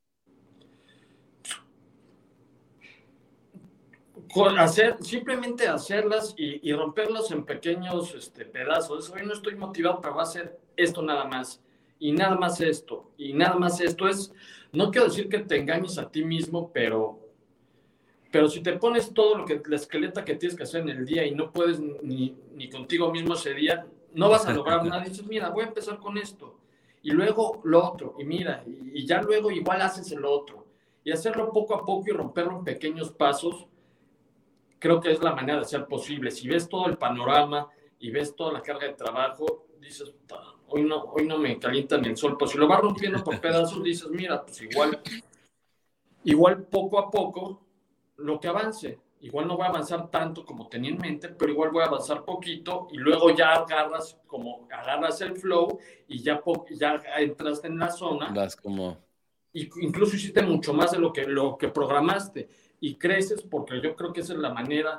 Hacer, simplemente hacerlas y, y romperlas en pequeños este, pedazos. Hoy no estoy motivado, pero voy a hacer esto nada más. Y nada más esto. Y nada más esto. Es, no quiero decir que te engañes a ti mismo, pero, pero si te pones todo lo que, la esqueleta que tienes que hacer en el día y no puedes ni, ni contigo mismo ese día, no vas a lograr nada. Y dices, mira, voy a empezar con esto. Y luego lo otro. Y mira, y, y ya luego igual haces el otro. Y hacerlo poco a poco y romperlo en pequeños pasos, creo que es la manera de ser posible. Si ves todo el panorama y ves toda la carga de trabajo, dices, hoy no, hoy no me calientan el sol. Pues si lo vas rompiendo por pedazos, dices, mira, pues igual, igual poco a poco, lo que avance. igual no voy a avanzar tanto como tenía en mente, pero igual voy a avanzar poquito y luego ya agarras como agarras el flow y ya, ya entraste en la zona. Vas como... Y incluso hiciste mucho más de lo que, lo que programaste y creces, porque yo creo que esa es la manera.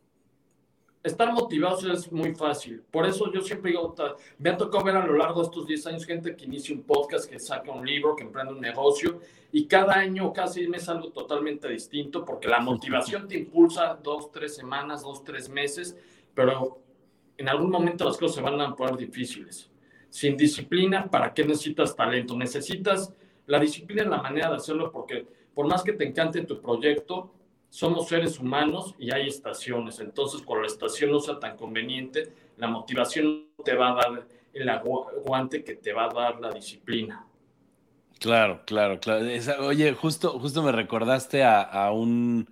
Estar motivados es muy fácil. Por eso yo siempre digo, me ha tocado ver a lo largo de estos diez años gente que inicia un podcast, que saca un libro, que emprende un negocio, y cada año, cada seis meses algo totalmente distinto, porque la motivación te impulsa dos, tres semanas, dos, tres meses, pero en algún momento las cosas se van a poner difíciles. Sin disciplina, ¿para qué necesitas talento? Necesitas la disciplina, es la manera de hacerlo, porque por más que te encante tu proyecto, somos seres humanos y hay estaciones. Entonces, cuando la estación no sea tan conveniente, la motivación te va a dar el aguante que te va a dar la disciplina. Claro, claro, claro. Esa, oye, justo, justo me recordaste a, a un,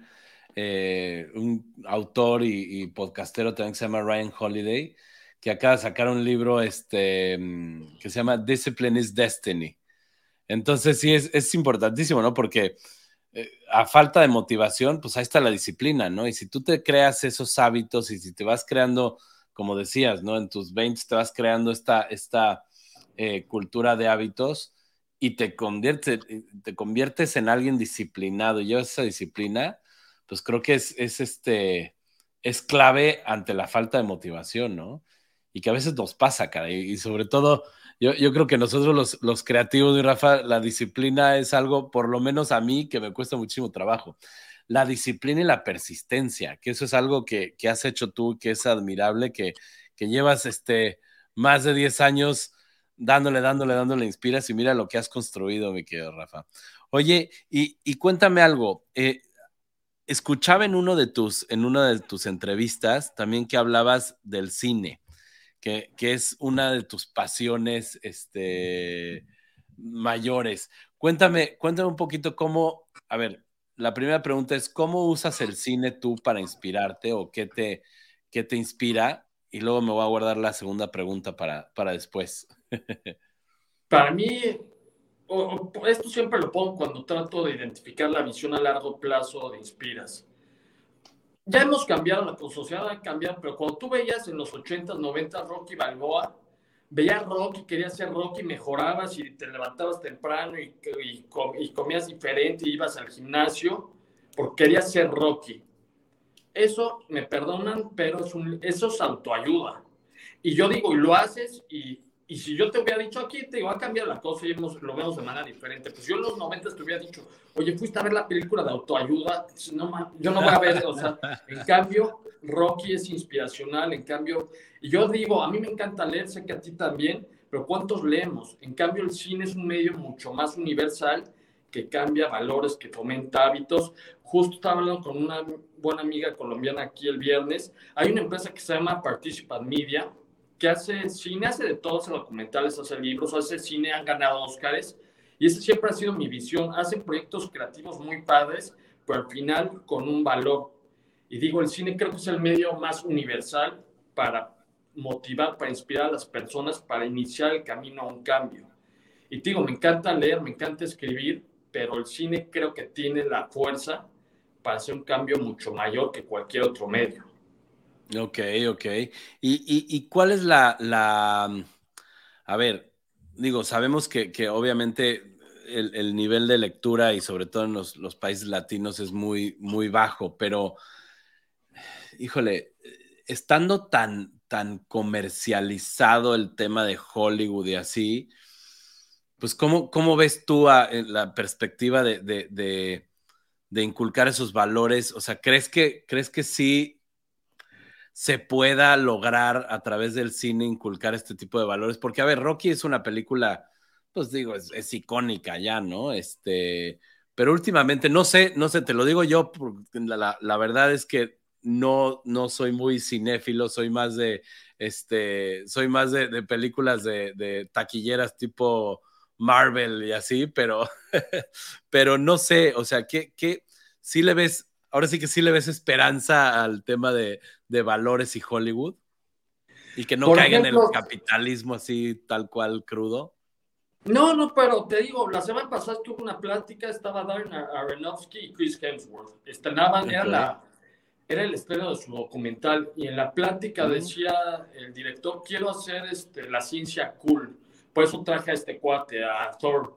eh, un autor y, y podcastero también que se llama Ryan Holiday, que acaba de sacar un libro este, que se llama Discipline is Destiny. Entonces sí, es, es importantísimo, ¿no? Porque eh, a falta de motivación, pues ahí está la disciplina, ¿no? Y si tú te creas esos hábitos y si te vas creando, como decías, ¿no? En tus veinte te vas creando esta, esta eh, cultura de hábitos y te conviertes, te conviertes en alguien disciplinado y llevas esa disciplina, pues creo que es, es, este, es clave ante la falta de motivación, ¿no? Y que a veces nos pasa, cara, y, y sobre todo yo, yo creo que nosotros los, los creativos, de Rafa, la disciplina es algo, por lo menos a mí, que me cuesta muchísimo trabajo. La disciplina y la persistencia, que eso es algo que, que has hecho tú, que es admirable, que, que llevas este, más de diez años dándole, dándole, dándole, inspiras y mira lo que has construido, mi querido Rafa. Oye, y, y cuéntame algo, eh, escuchaba en, uno de tus, en una de tus entrevistas también que hablabas del cine. Que, que, es una de tus pasiones este, mayores. Cuéntame, cuéntame un poquito cómo, a ver, la primera pregunta es, ¿cómo usas el cine tú para inspirarte o qué te, qué te inspira? Y luego me voy a guardar la segunda pregunta para, para después. Para mí, o, o, esto siempre lo pongo cuando trato de identificar la visión a largo plazo de Inspiras. Ya hemos cambiado, la sociedad ha cambiado, pero cuando tú veías en los ochentas, noventas Rocky Balboa, veías Rocky, querías ser Rocky, mejorabas y te levantabas temprano y, y, y comías diferente y ibas al gimnasio porque querías ser Rocky. Eso, me perdonan, pero es un, eso es autoayuda. Y yo digo, y lo haces y... Y si yo te hubiera dicho aquí, te iba a cambiar la cosa y hemos, lo vemos de manera diferente. Pues yo en los noventas te hubiera dicho, oye, ¿fuiste a ver la película de autoayuda? No, yo no voy a ver, o sea, en cambio, Rocky es inspiracional, en cambio, y yo digo, a mí me encanta leer, sé que a ti también, pero ¿cuántos leemos? En cambio, el cine es un medio mucho más universal, que cambia valores, que fomenta hábitos. Justo estaba hablando con una buena amiga colombiana aquí el viernes. Hay una empresa que se llama Participant Media, que hace cine, hace de todo, hace documentales, hace libros, hace cine, han ganado Óscares, y esa siempre ha sido mi visión. Hacen proyectos creativos muy padres, pero al final con un valor. Y digo, el cine creo que es el medio más universal para motivar, para inspirar a las personas, para iniciar el camino a un cambio. Y digo, me encanta leer, me encanta escribir, pero el cine creo que tiene la fuerza para hacer un cambio mucho mayor que cualquier otro medio. Ok, ok. ¿Y, y, y cuál es la, la, a ver, digo, sabemos que, que obviamente el, el nivel de lectura y sobre todo en los, los países latinos es muy, muy bajo, pero, híjole, estando tan, tan comercializado el tema de Hollywood y así, pues, ¿cómo, cómo ves tú a, la perspectiva de, de, de, de inculcar esos valores? O sea, ¿crees que, crees que sí se pueda lograr a través del cine inculcar este tipo de valores? Porque, a ver, Rocky es una película, pues digo, es, es icónica ya, ¿no? Este, pero últimamente, no sé, no sé, te lo digo yo, porque la, la verdad es que no, no soy muy cinéfilo, soy más de, este, soy más de, de películas de, de taquilleras tipo Marvel y así, pero, pero no sé, o sea, ¿qué, qué, sí le ves, ahora sí que sí le ves esperanza al tema de, de valores y Hollywood? Y que no Por caiga en el ejemplo, capitalismo así tal cual crudo. no, no, pero te digo, la semana pasada tuve una plática, estaba Darren Aronofsky y Chris Hemsworth. Estrenaban, era Okay. la, era el estreno de su documental y en la plática Mm. decía el director, quiero hacer este, la ciencia cool, por eso traje a este cuate, a Thor.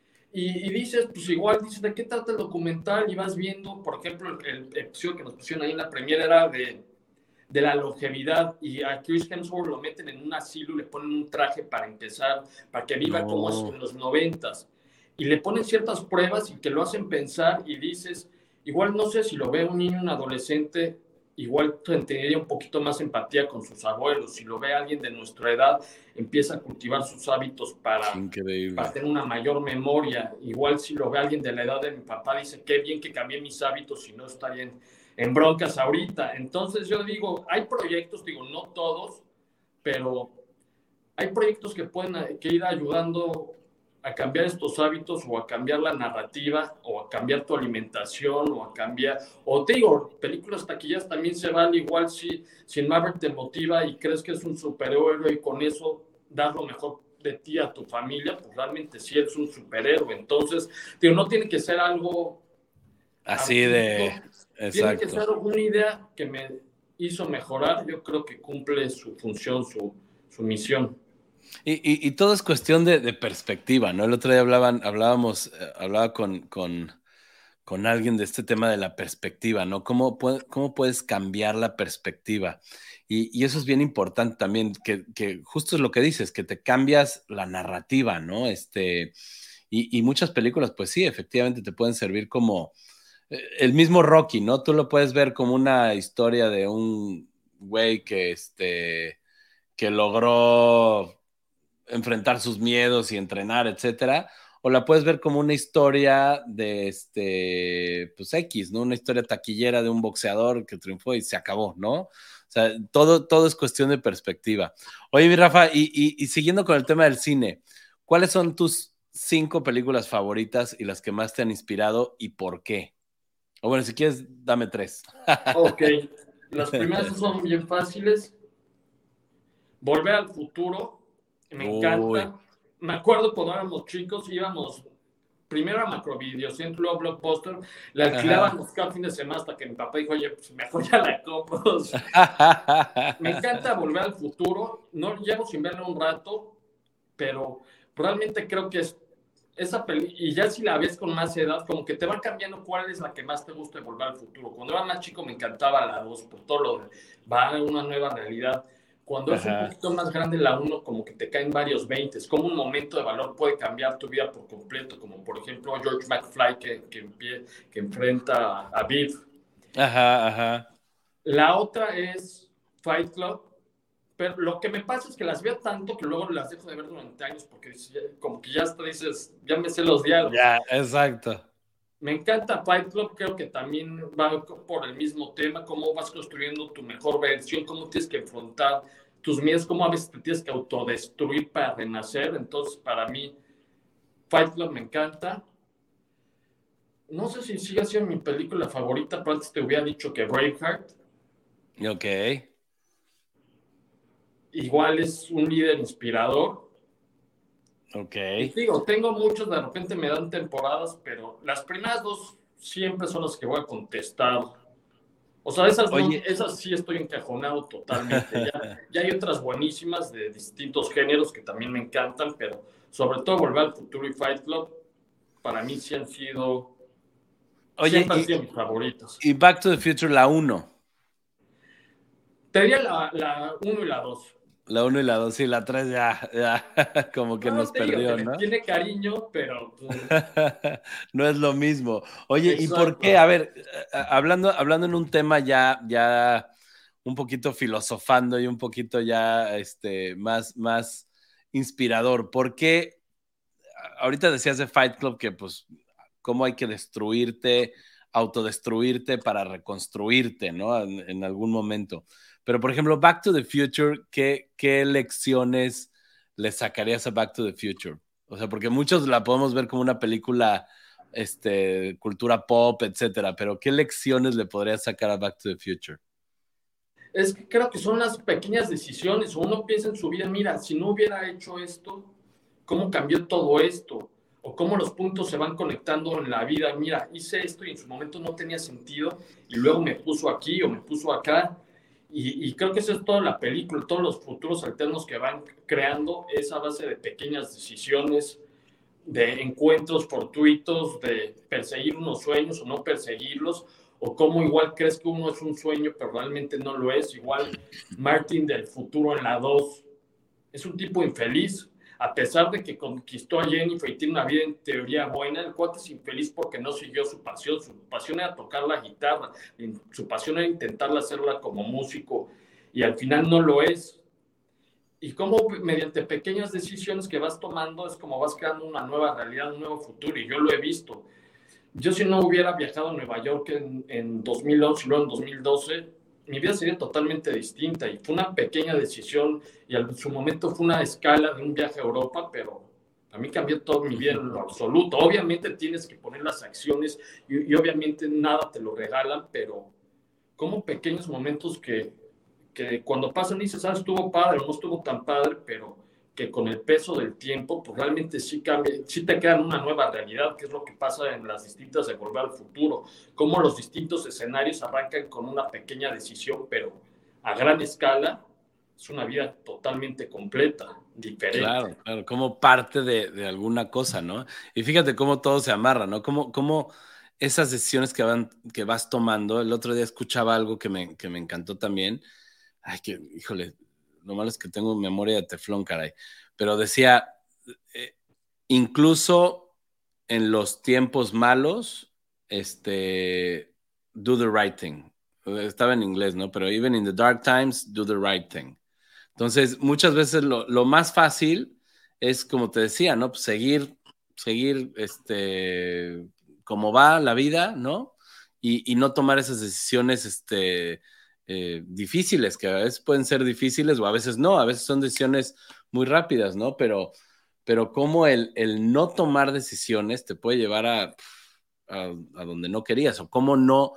Y, y dices, pues igual, dices, ¿de qué trata el documental? Y vas viendo, por ejemplo, el, el episodio que nos pusieron ahí en la premiera era de, de la longevidad y a Chris Hemsworth lo meten en un asilo y le ponen un traje para empezar, para que viva como No. en los noventas. Y le ponen ciertas pruebas y que lo hacen pensar y dices, igual no sé si lo ve un niño, un adolescente, igual tendría un poquito más empatía con sus abuelos. Si lo ve alguien de nuestra edad, empieza a cultivar sus hábitos Qué para, para increíble. tener una mayor memoria. Igual si lo ve alguien de la edad de mi papá, dice, qué bien que cambié mis hábitos y no estaría en, en broncas ahorita. Entonces yo digo, hay proyectos, digo, no todos, pero hay proyectos que pueden que ir ayudando a cambiar estos hábitos o a cambiar la narrativa o a cambiar tu alimentación o a cambiar, o te digo, películas taquilleras también se van igual si, si Maverick te motiva y crees que es un superhéroe y con eso das lo mejor de ti a tu familia, pues realmente sí eres un superhéroe. Entonces, digo, no tiene que ser algo Así de, absurdo, tiene que exacto. ser una idea que me hizo mejorar, yo creo que cumple su función, su, su misión. Y, y, y todo es cuestión de, de perspectiva, ¿no? El otro día hablaban, hablábamos, eh, hablaba con, con, con alguien de este tema de la perspectiva, ¿no? ¿Cómo, puede, cómo puedes cambiar la perspectiva? Y, y eso es bien importante también, que, que justo es lo que dices, que te cambias la narrativa, ¿no? Este, y, y muchas películas, pues sí, efectivamente te pueden servir como eh, el mismo Rocky, ¿no? Tú lo puedes ver como una historia de un güey que, este, que logró enfrentar sus miedos y entrenar, etcétera, o la puedes ver como una historia de este, pues X, ¿no? Una historia taquillera de un boxeador que triunfó y se acabó, ¿no? O sea, todo, todo es cuestión de perspectiva. Oye, mi Rafa, y, y, y siguiendo con el tema del cine, ¿cuáles son tus cinco películas favoritas y las que más te han inspirado y por qué? O bueno, si quieres, dame tres. Ok, las primeras son bien fáciles. Volver al futuro, me Uy. encanta. Me acuerdo cuando éramos chicos, íbamos primero a Macrovideocentro, luego a Blockbuster, le Ajá. alquilábamos cada fin de semana hasta que mi papá dijo, oye, pues mejor ya la compro. Me encanta Volver al futuro, no llevo sin verlo un rato, pero realmente creo que es esa peli, y ya si la ves con más edad, como que te va cambiando cuál es la que más te gusta de Volver al futuro. Cuando era más chico me encantaba la dos, por todo lo de va a una nueva realidad. Cuando es un Ajá. poquito más grande la uno, como que te caen varios veintes, como un momento de valor puede cambiar tu vida por completo, como por ejemplo George McFly que, que, que enfrenta a, a Biff. Ajá, ajá. La otra es Fight Club, pero lo que me pasa es que las veo tanto que luego las dejo de ver durante años porque como que ya hasta dices, ya me sé los diálogos. Ya, exacto. Me encanta Fight Club, creo que también va por el mismo tema, cómo vas construyendo tu mejor versión, cómo tienes que enfrentar tus miedos, cómo a veces te tienes que autodestruir para renacer. Entonces, para mí, Fight Club me encanta. No sé si sigue siendo mi película favorita, pero antes te hubiera dicho que Braveheart. Ok, Igual es un líder inspirador. ok. Y digo, tengo muchos, de repente me dan temporadas, pero las primeras dos siempre son las que voy a contestar. O sea, esas, no, Oye, esas sí estoy encajonado totalmente. Ya, ya hay otras buenísimas de distintos géneros que también me encantan, pero sobre todo Volver al Futuro y Fight Club, para mí sí han sido, oye, siempre han y, sido mis favoritos. y Back to the Future, la uno. Te diría la, la uno y la dos. La uno y la dos, y la tres ya, ya, como que No nos te digo que perdió, le ¿no? tiene cariño, pero pues, No es lo mismo. Oye, ¿y por qué? exacto. A ver, eh, hablando, hablando en un tema ya, ya un poquito filosofando y un poquito ya este, más, más inspirador, ¿por qué? Ahorita decías de Fight Club que pues cómo hay que destruirte, autodestruirte para reconstruirte, ¿no? En, en algún momento. Pero, por ejemplo, Back to the Future, ¿qué, qué lecciones le sacarías a Back to the Future? O sea, porque muchos la podemos ver como una película, este, cultura pop, etcétera, pero ¿qué lecciones le podrías sacar a Back to the Future? Es que creo que son las pequeñas decisiones. Uno piensa en su vida, mira, si no hubiera hecho esto, ¿cómo cambió todo esto? o cómo los puntos se van conectando en la vida. Mira, hice esto y en su momento no tenía sentido y luego me puso aquí o me puso acá. Y, y creo que eso es toda la película, todos los futuros alternos que van creando es a base de pequeñas decisiones, de encuentros fortuitos, de perseguir unos sueños o no perseguirlos, o cómo igual crees que uno es un sueño, pero realmente no lo es. Igual Martin del futuro en la dos es un tipo infeliz, a pesar de que conquistó a Jennifer y tiene una vida en teoría buena, el cuate es infeliz porque no siguió su pasión. Su pasión era tocar la guitarra, su pasión era intentar hacerla como músico, y al final no lo es. Y cómo mediante pequeñas decisiones que vas tomando es como vas creando una nueva realidad, un nuevo futuro, y yo lo he visto. Yo si no hubiera viajado a Nueva York en, en dos mil once y luego en dos mil doce, mi vida sería totalmente distinta, y fue una pequeña decisión y en su momento fue una escala de un viaje a Europa, pero a mí cambió toda mi vida en lo absoluto. Obviamente tienes que poner las acciones y, y obviamente nada te lo regalan, pero como pequeños momentos que, que cuando pasan dices, ah, estuvo padre o no estuvo tan padre, pero que con el peso del tiempo, pues realmente sí cambia, sí te quedan una nueva realidad, que es lo que pasa en las distintas de Volver al Futuro, cómo los distintos escenarios arrancan con una pequeña decisión, pero a gran escala es una vida totalmente completa, diferente. Claro, claro, como parte de, de alguna cosa, ¿no? Y fíjate cómo todo se amarra, ¿no? Cómo, cómo esas decisiones que, van, que vas tomando, el otro día escuchaba algo que me, que me encantó también. Ay, que, híjole, lo malo es que tengo memoria de teflón, caray. Pero decía, eh, incluso en los tiempos malos, este, do the right thing. Estaba en inglés, ¿no? Pero even in the dark times, do the right thing. Entonces, muchas veces lo, lo más fácil es, como te decía, ¿no? Pues seguir, seguir, este, como va la vida, ¿no? Y, y no tomar esas decisiones, este, eh, difíciles, que a veces pueden ser difíciles o a veces no, a veces son decisiones muy rápidas, ¿no? Pero, pero cómo el, el no tomar decisiones te puede llevar a, a, a donde no querías, o cómo no,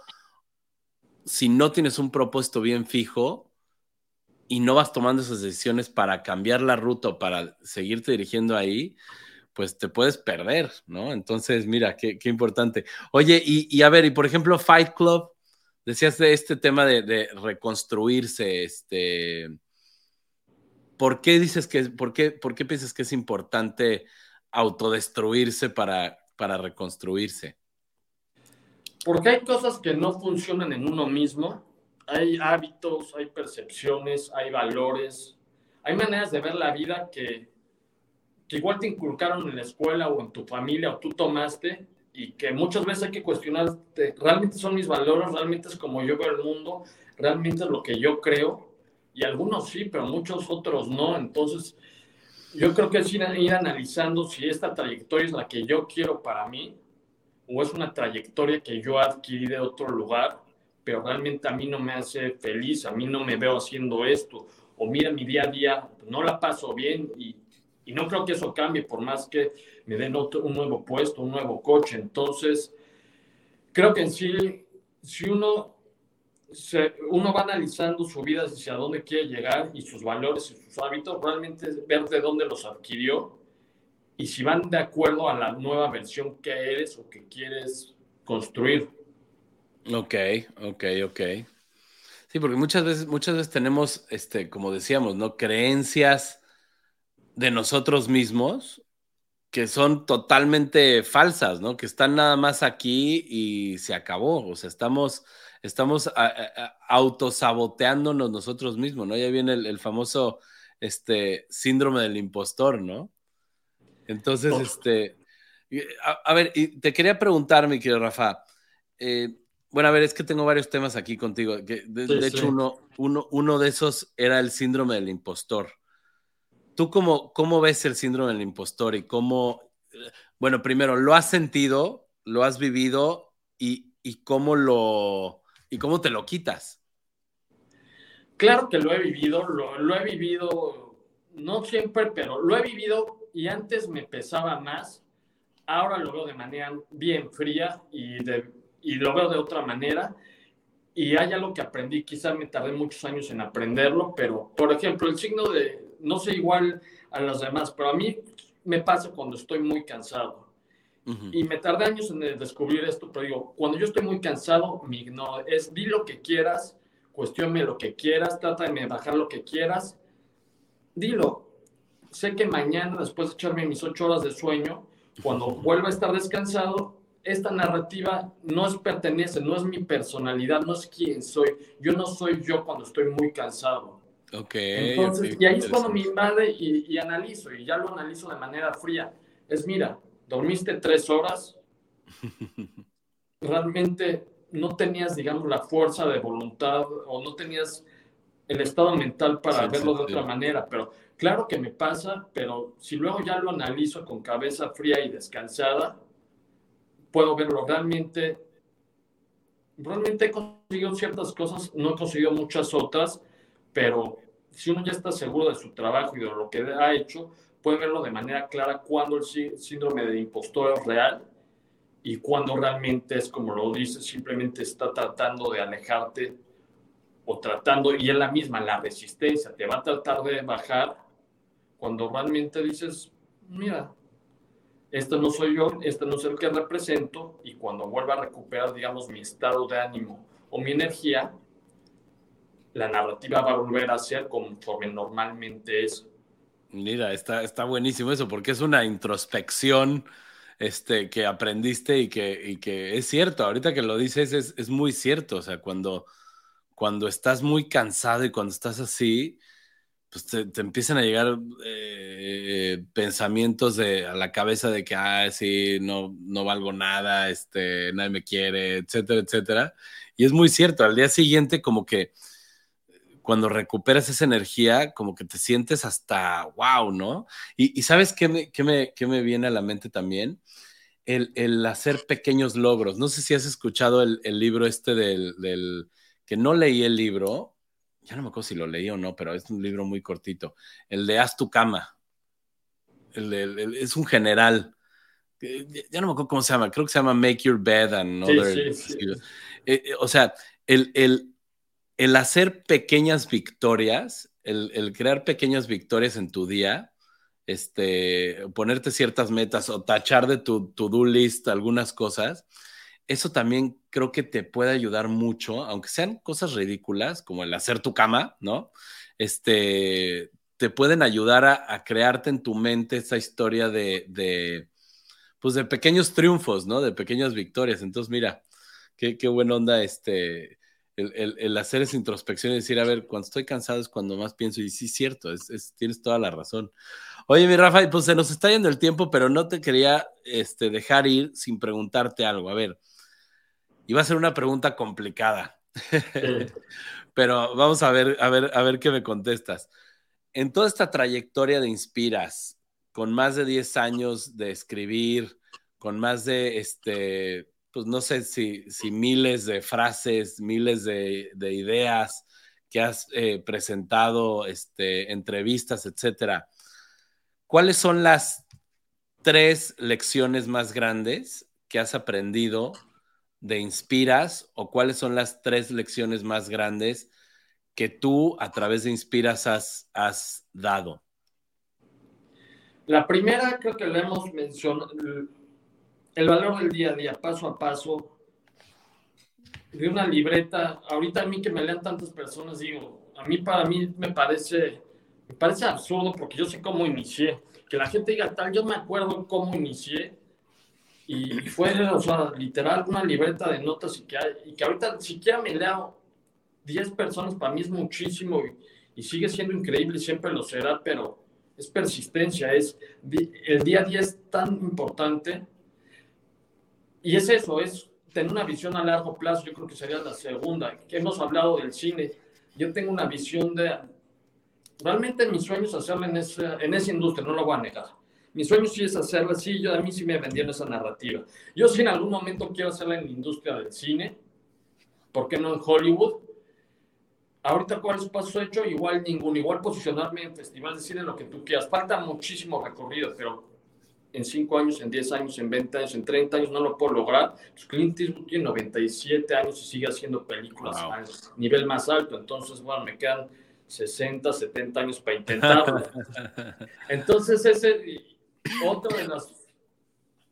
si no tienes un propósito bien fijo y no vas tomando esas decisiones para cambiar la ruta o para seguirte dirigiendo ahí, pues te puedes perder, ¿no? Entonces, mira, qué, qué importante. Oye, y, y a ver, y por ejemplo, Fight Club, decías de este tema de, de reconstruirse, este, ¿por qué dices que, por qué, por qué piensas que es importante autodestruirse para, para reconstruirse? Porque hay cosas que no funcionan en uno mismo, hay hábitos, hay percepciones, hay valores, hay maneras de ver la vida que, que igual te inculcaron en la escuela o en tu familia o tú tomaste, y que muchas veces hay que cuestionarte, ¿realmente son mis valores? ¿Realmente es como yo veo el mundo? ¿Realmente es lo que yo creo? Y algunos sí, pero muchos otros no. Entonces, yo creo que es ir, ir analizando si esta trayectoria es la que yo quiero para mí, o es una trayectoria que yo adquirí de otro lugar, pero realmente a mí no me hace feliz, a mí no me veo haciendo esto, o mira mi día a día, no la paso bien, y, y no creo que eso cambie por más que me den otro, un nuevo puesto, un nuevo coche. Entonces, creo que en sí, si uno, se, uno va analizando su vida hacia dónde quiere llegar y sus valores y sus hábitos, realmente es ver de dónde los adquirió y si van de acuerdo a la nueva versión que eres o que quieres construir. Ok, ok, ok. Sí, porque muchas veces, muchas veces tenemos, este, como decíamos, ¿no? Creencias de nosotros mismos que son totalmente falsas, ¿no? Que están nada más aquí y se acabó. O sea, estamos, estamos a, a, autosaboteándonos nosotros mismos, ¿no? Ya viene el, el famoso, este, síndrome del impostor, ¿no? Entonces, este, a, a ver, y te quería preguntar, mi querido Rafa, eh, bueno, a ver, es que tengo varios temas aquí contigo. Que de, Sí, de sí. hecho, uno, uno, uno de esos era el síndrome del impostor. ¿Tú cómo, cómo ves el síndrome del impostor y cómo, bueno, primero, ¿lo has sentido, lo has vivido y, y cómo lo, y cómo te lo quitas? Claro que lo he vivido, lo, lo he vivido, no siempre, pero lo he vivido, y antes me pesaba más. Ahora lo veo de manera bien fría y, de, y lo veo de otra manera. Y hay algo que aprendí, quizás me tardé muchos años en aprenderlo, pero por ejemplo, el signo de, no sé igual a los demás, pero a mí me pasa cuando estoy muy cansado. Uh-huh. Y me tardé años en descubrir esto, pero digo, cuando yo estoy muy cansado, me ignoro. Es, di lo que quieras, cuestiónme lo que quieras, trata de bajar lo que quieras, dilo. Sé que mañana, después de echarme mis ocho horas de sueño, cuando vuelva a estar descansado, esta narrativa no es pertenece, no es mi personalidad, no es quién soy. Yo no soy yo cuando estoy muy cansado. Ok. Entonces, Okay, y ahí es cuando me invade y, y analizo, y ya lo analizo de manera fría. Es, mira, dormiste tres horas, realmente no tenías, digamos, la fuerza de voluntad o no tenías el estado mental para Sí, verlo sí, de sí. otra manera, pero claro que me pasa, pero si luego ya lo analizo con cabeza fría y descansada, puedo verlo realmente. Realmente he conseguido ciertas cosas, no he conseguido muchas otras, pero si uno ya está seguro de su trabajo y de lo que ha hecho, puede verlo de manera clara cuando el síndrome de impostor es real y cuando realmente es como lo dice, simplemente está tratando de alejarte o tratando, y es la misma, la resistencia, te va a tratar de bajar cuando realmente dices, mira, esto no soy yo, este no es el que represento, y cuando vuelva a recuperar, digamos, mi estado de ánimo o mi energía, la narrativa va a volver a ser conforme normalmente es. Mira, está, está buenísimo eso, porque es una introspección este, que aprendiste y que, y que es cierto. Ahorita que lo dices, es, es muy cierto. O sea, cuando, cuando estás muy cansado y cuando estás así, pues te, te empiezan a llegar eh, pensamientos de, a la cabeza de que, ah, sí, no, no valgo nada, este, nadie me quiere, etcétera, etcétera. Y es muy cierto. Al día siguiente, como que cuando recuperas esa energía, como que te sientes hasta wow, ¿no? Y, y ¿sabes qué me, qué, me, qué me viene a la mente también? El, el hacer pequeños logros. No sé si has escuchado el, el libro este del, del, que no leí el libro, ya no me acuerdo si lo leí o no, pero es un libro muy cortito, el de Haz tu cama. El, el, el, es un general. Ya no me acuerdo cómo se llama, creo que se llama Make Your Bed and Sí, Other. sí, sí. Eh, eh, o sea, el, el, el hacer pequeñas victorias, el, el, crear pequeñas victorias en tu día, este, ponerte ciertas metas o tachar de tu to-do list algunas cosas, eso también creo que te puede ayudar mucho, aunque sean cosas ridículas, como el hacer tu cama, ¿no? Este, te pueden ayudar a, a crearte en tu mente esa historia de, de, pues de pequeños triunfos, ¿no? De pequeñas victorias. Entonces, mira, qué, qué buena onda este, el, el, el, hacer esa introspección y decir, a ver, cuando estoy cansado es cuando más pienso, y sí, cierto, es, es, tienes toda la razón. Oye, mi Rafa, pues se nos está yendo el tiempo, pero no te quería este, dejar ir sin preguntarte algo. A ver, iba a ser una pregunta complicada, Sí. pero vamos a ver, a ver, a ver qué me contestas. En toda esta trayectoria de Inspiras, con más de diez años de escribir, con más de, este, pues no sé si, si miles de frases, miles de, de ideas que has eh, presentado, este, entrevistas, etcétera. ¿Cuáles son las tres lecciones más grandes que has aprendido de Inspiras o cuáles son las tres lecciones más grandes que tú a través de Inspiras has, has dado? La primera creo que le hemos mencionado, el valor del día a día, paso a paso, de una libreta. Ahorita a mí que me lean tantas personas, digo, a mí para mí me parece, me parece absurdo porque yo sé cómo inicié. Que la gente diga tal, yo me acuerdo cómo inicié y, y fue, o sea, literal, una libreta de notas y que, y que ahorita siquiera me leo diez personas, para mí es muchísimo y, y sigue siendo increíble y siempre lo será, pero es persistencia, es el día a día es tan importante y es eso, es tener una visión a largo plazo. Yo creo que sería la segunda, que hemos hablado del cine. Yo tengo una visión de, realmente mi sueño es hacerla en esa, en esa industria, no lo voy a negar. Mi sueño sí es hacerla, sí, yo, a mí sí me vendieron esa narrativa. Yo sí en algún momento quiero hacerla en la industria del cine, ¿por qué no en Hollywood? Ahorita, ¿cuáles pasos he hecho? Igual ninguno. Igual posicionarme en festivales de cine, lo que tú quieras. Falta muchísimo recorrido, pero en cinco años, en diez años, en veinte años, en treinta años no lo puedo lograr. Pues Clint Eastwood tiene noventa y siete años y sigue haciendo películas wow. al nivel más alto. Entonces, bueno, me quedan sesenta, setenta años para intentarlo. Entonces, ese otro de las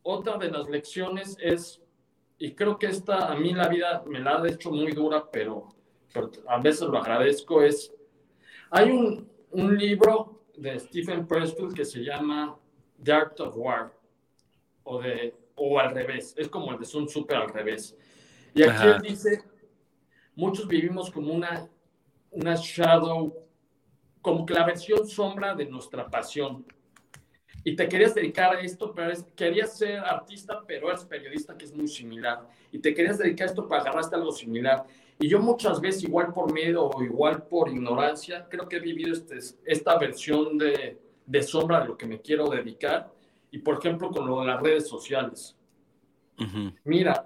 otra de las lecciones es, y creo que esta a mí la vida me la ha hecho muy dura, pero, pero a veces lo agradezco, es, hay un, un libro de Stephen Pressfield que se llama The Art of War, o, de, o al revés, es como el de Sun Tzu, pero al revés. Y aquí Ajá. él dice, muchos vivimos como una, una shadow, como que la versión sombra de nuestra pasión. Y te querías dedicar a esto, pero es, querías ser artista, pero eres periodista, que es muy similar. Y te querías dedicar a esto, pero agarraste algo similar. Y yo muchas veces, igual por miedo o igual por ignorancia, creo que he vivido este, esta versión de, de sombra de lo que me quiero dedicar. Y por ejemplo, con lo de las redes sociales. Uh-huh. Mira,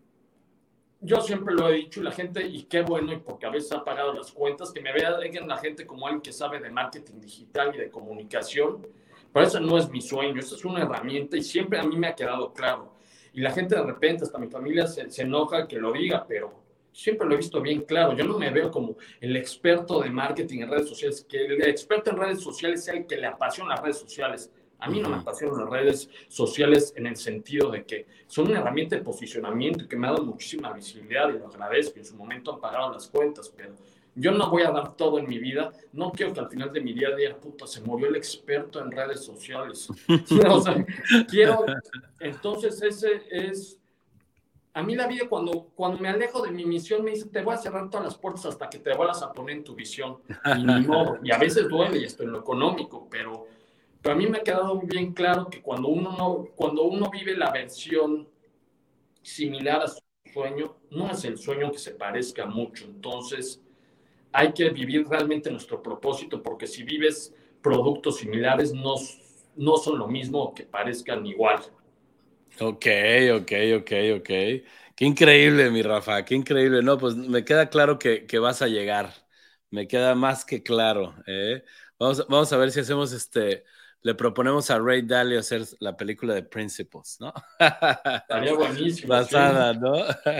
yo siempre lo he dicho y la gente, y qué bueno, y porque a veces ha pagado las cuentas, que me vean la gente como alguien que sabe de marketing digital y de comunicación. Pero eso no es mi sueño, eso es una herramienta y siempre a mí me ha quedado claro. Y la gente de repente, hasta mi familia se, se enoja que lo diga, pero siempre lo he visto bien claro. Yo no me veo como el experto de marketing en redes sociales, que el experto en redes sociales sea el que le apasiona las redes sociales. A mí no me apasionan las redes sociales en el sentido de que son una herramienta de posicionamiento y que me ha dado muchísima visibilidad y lo agradezco. En su momento han pagado las cuentas, pero yo no voy a dar todo en mi vida. No quiero que al final de mi día diga, puta, se murió el experto en redes sociales. O sea, quiero... Entonces ese es... A mí la vida, cuando, cuando me alejo de mi misión, me dice, te voy a cerrar todas las puertas hasta que te vuelvas a poner en tu visión. Y ni modo. Y a veces duele, y esto en lo económico, pero... Pero a mí me ha quedado bien claro que cuando uno, no, cuando uno vive la versión similar a su sueño, no es el sueño que se parezca mucho. Entonces, hay que vivir realmente nuestro propósito, porque si vives productos similares, no, no son lo mismo que parezcan igual. Ok, ok, ok, ok. Qué increíble, mi Rafa, qué increíble. No, pues me queda claro que, que vas a llegar. Me queda más que claro. ¿eh? Vamos, vamos a ver si hacemos este. Le proponemos a Ray Dalio hacer la película de Principles, ¿no? Estaría buenísimo, sí. Basada, ¿no?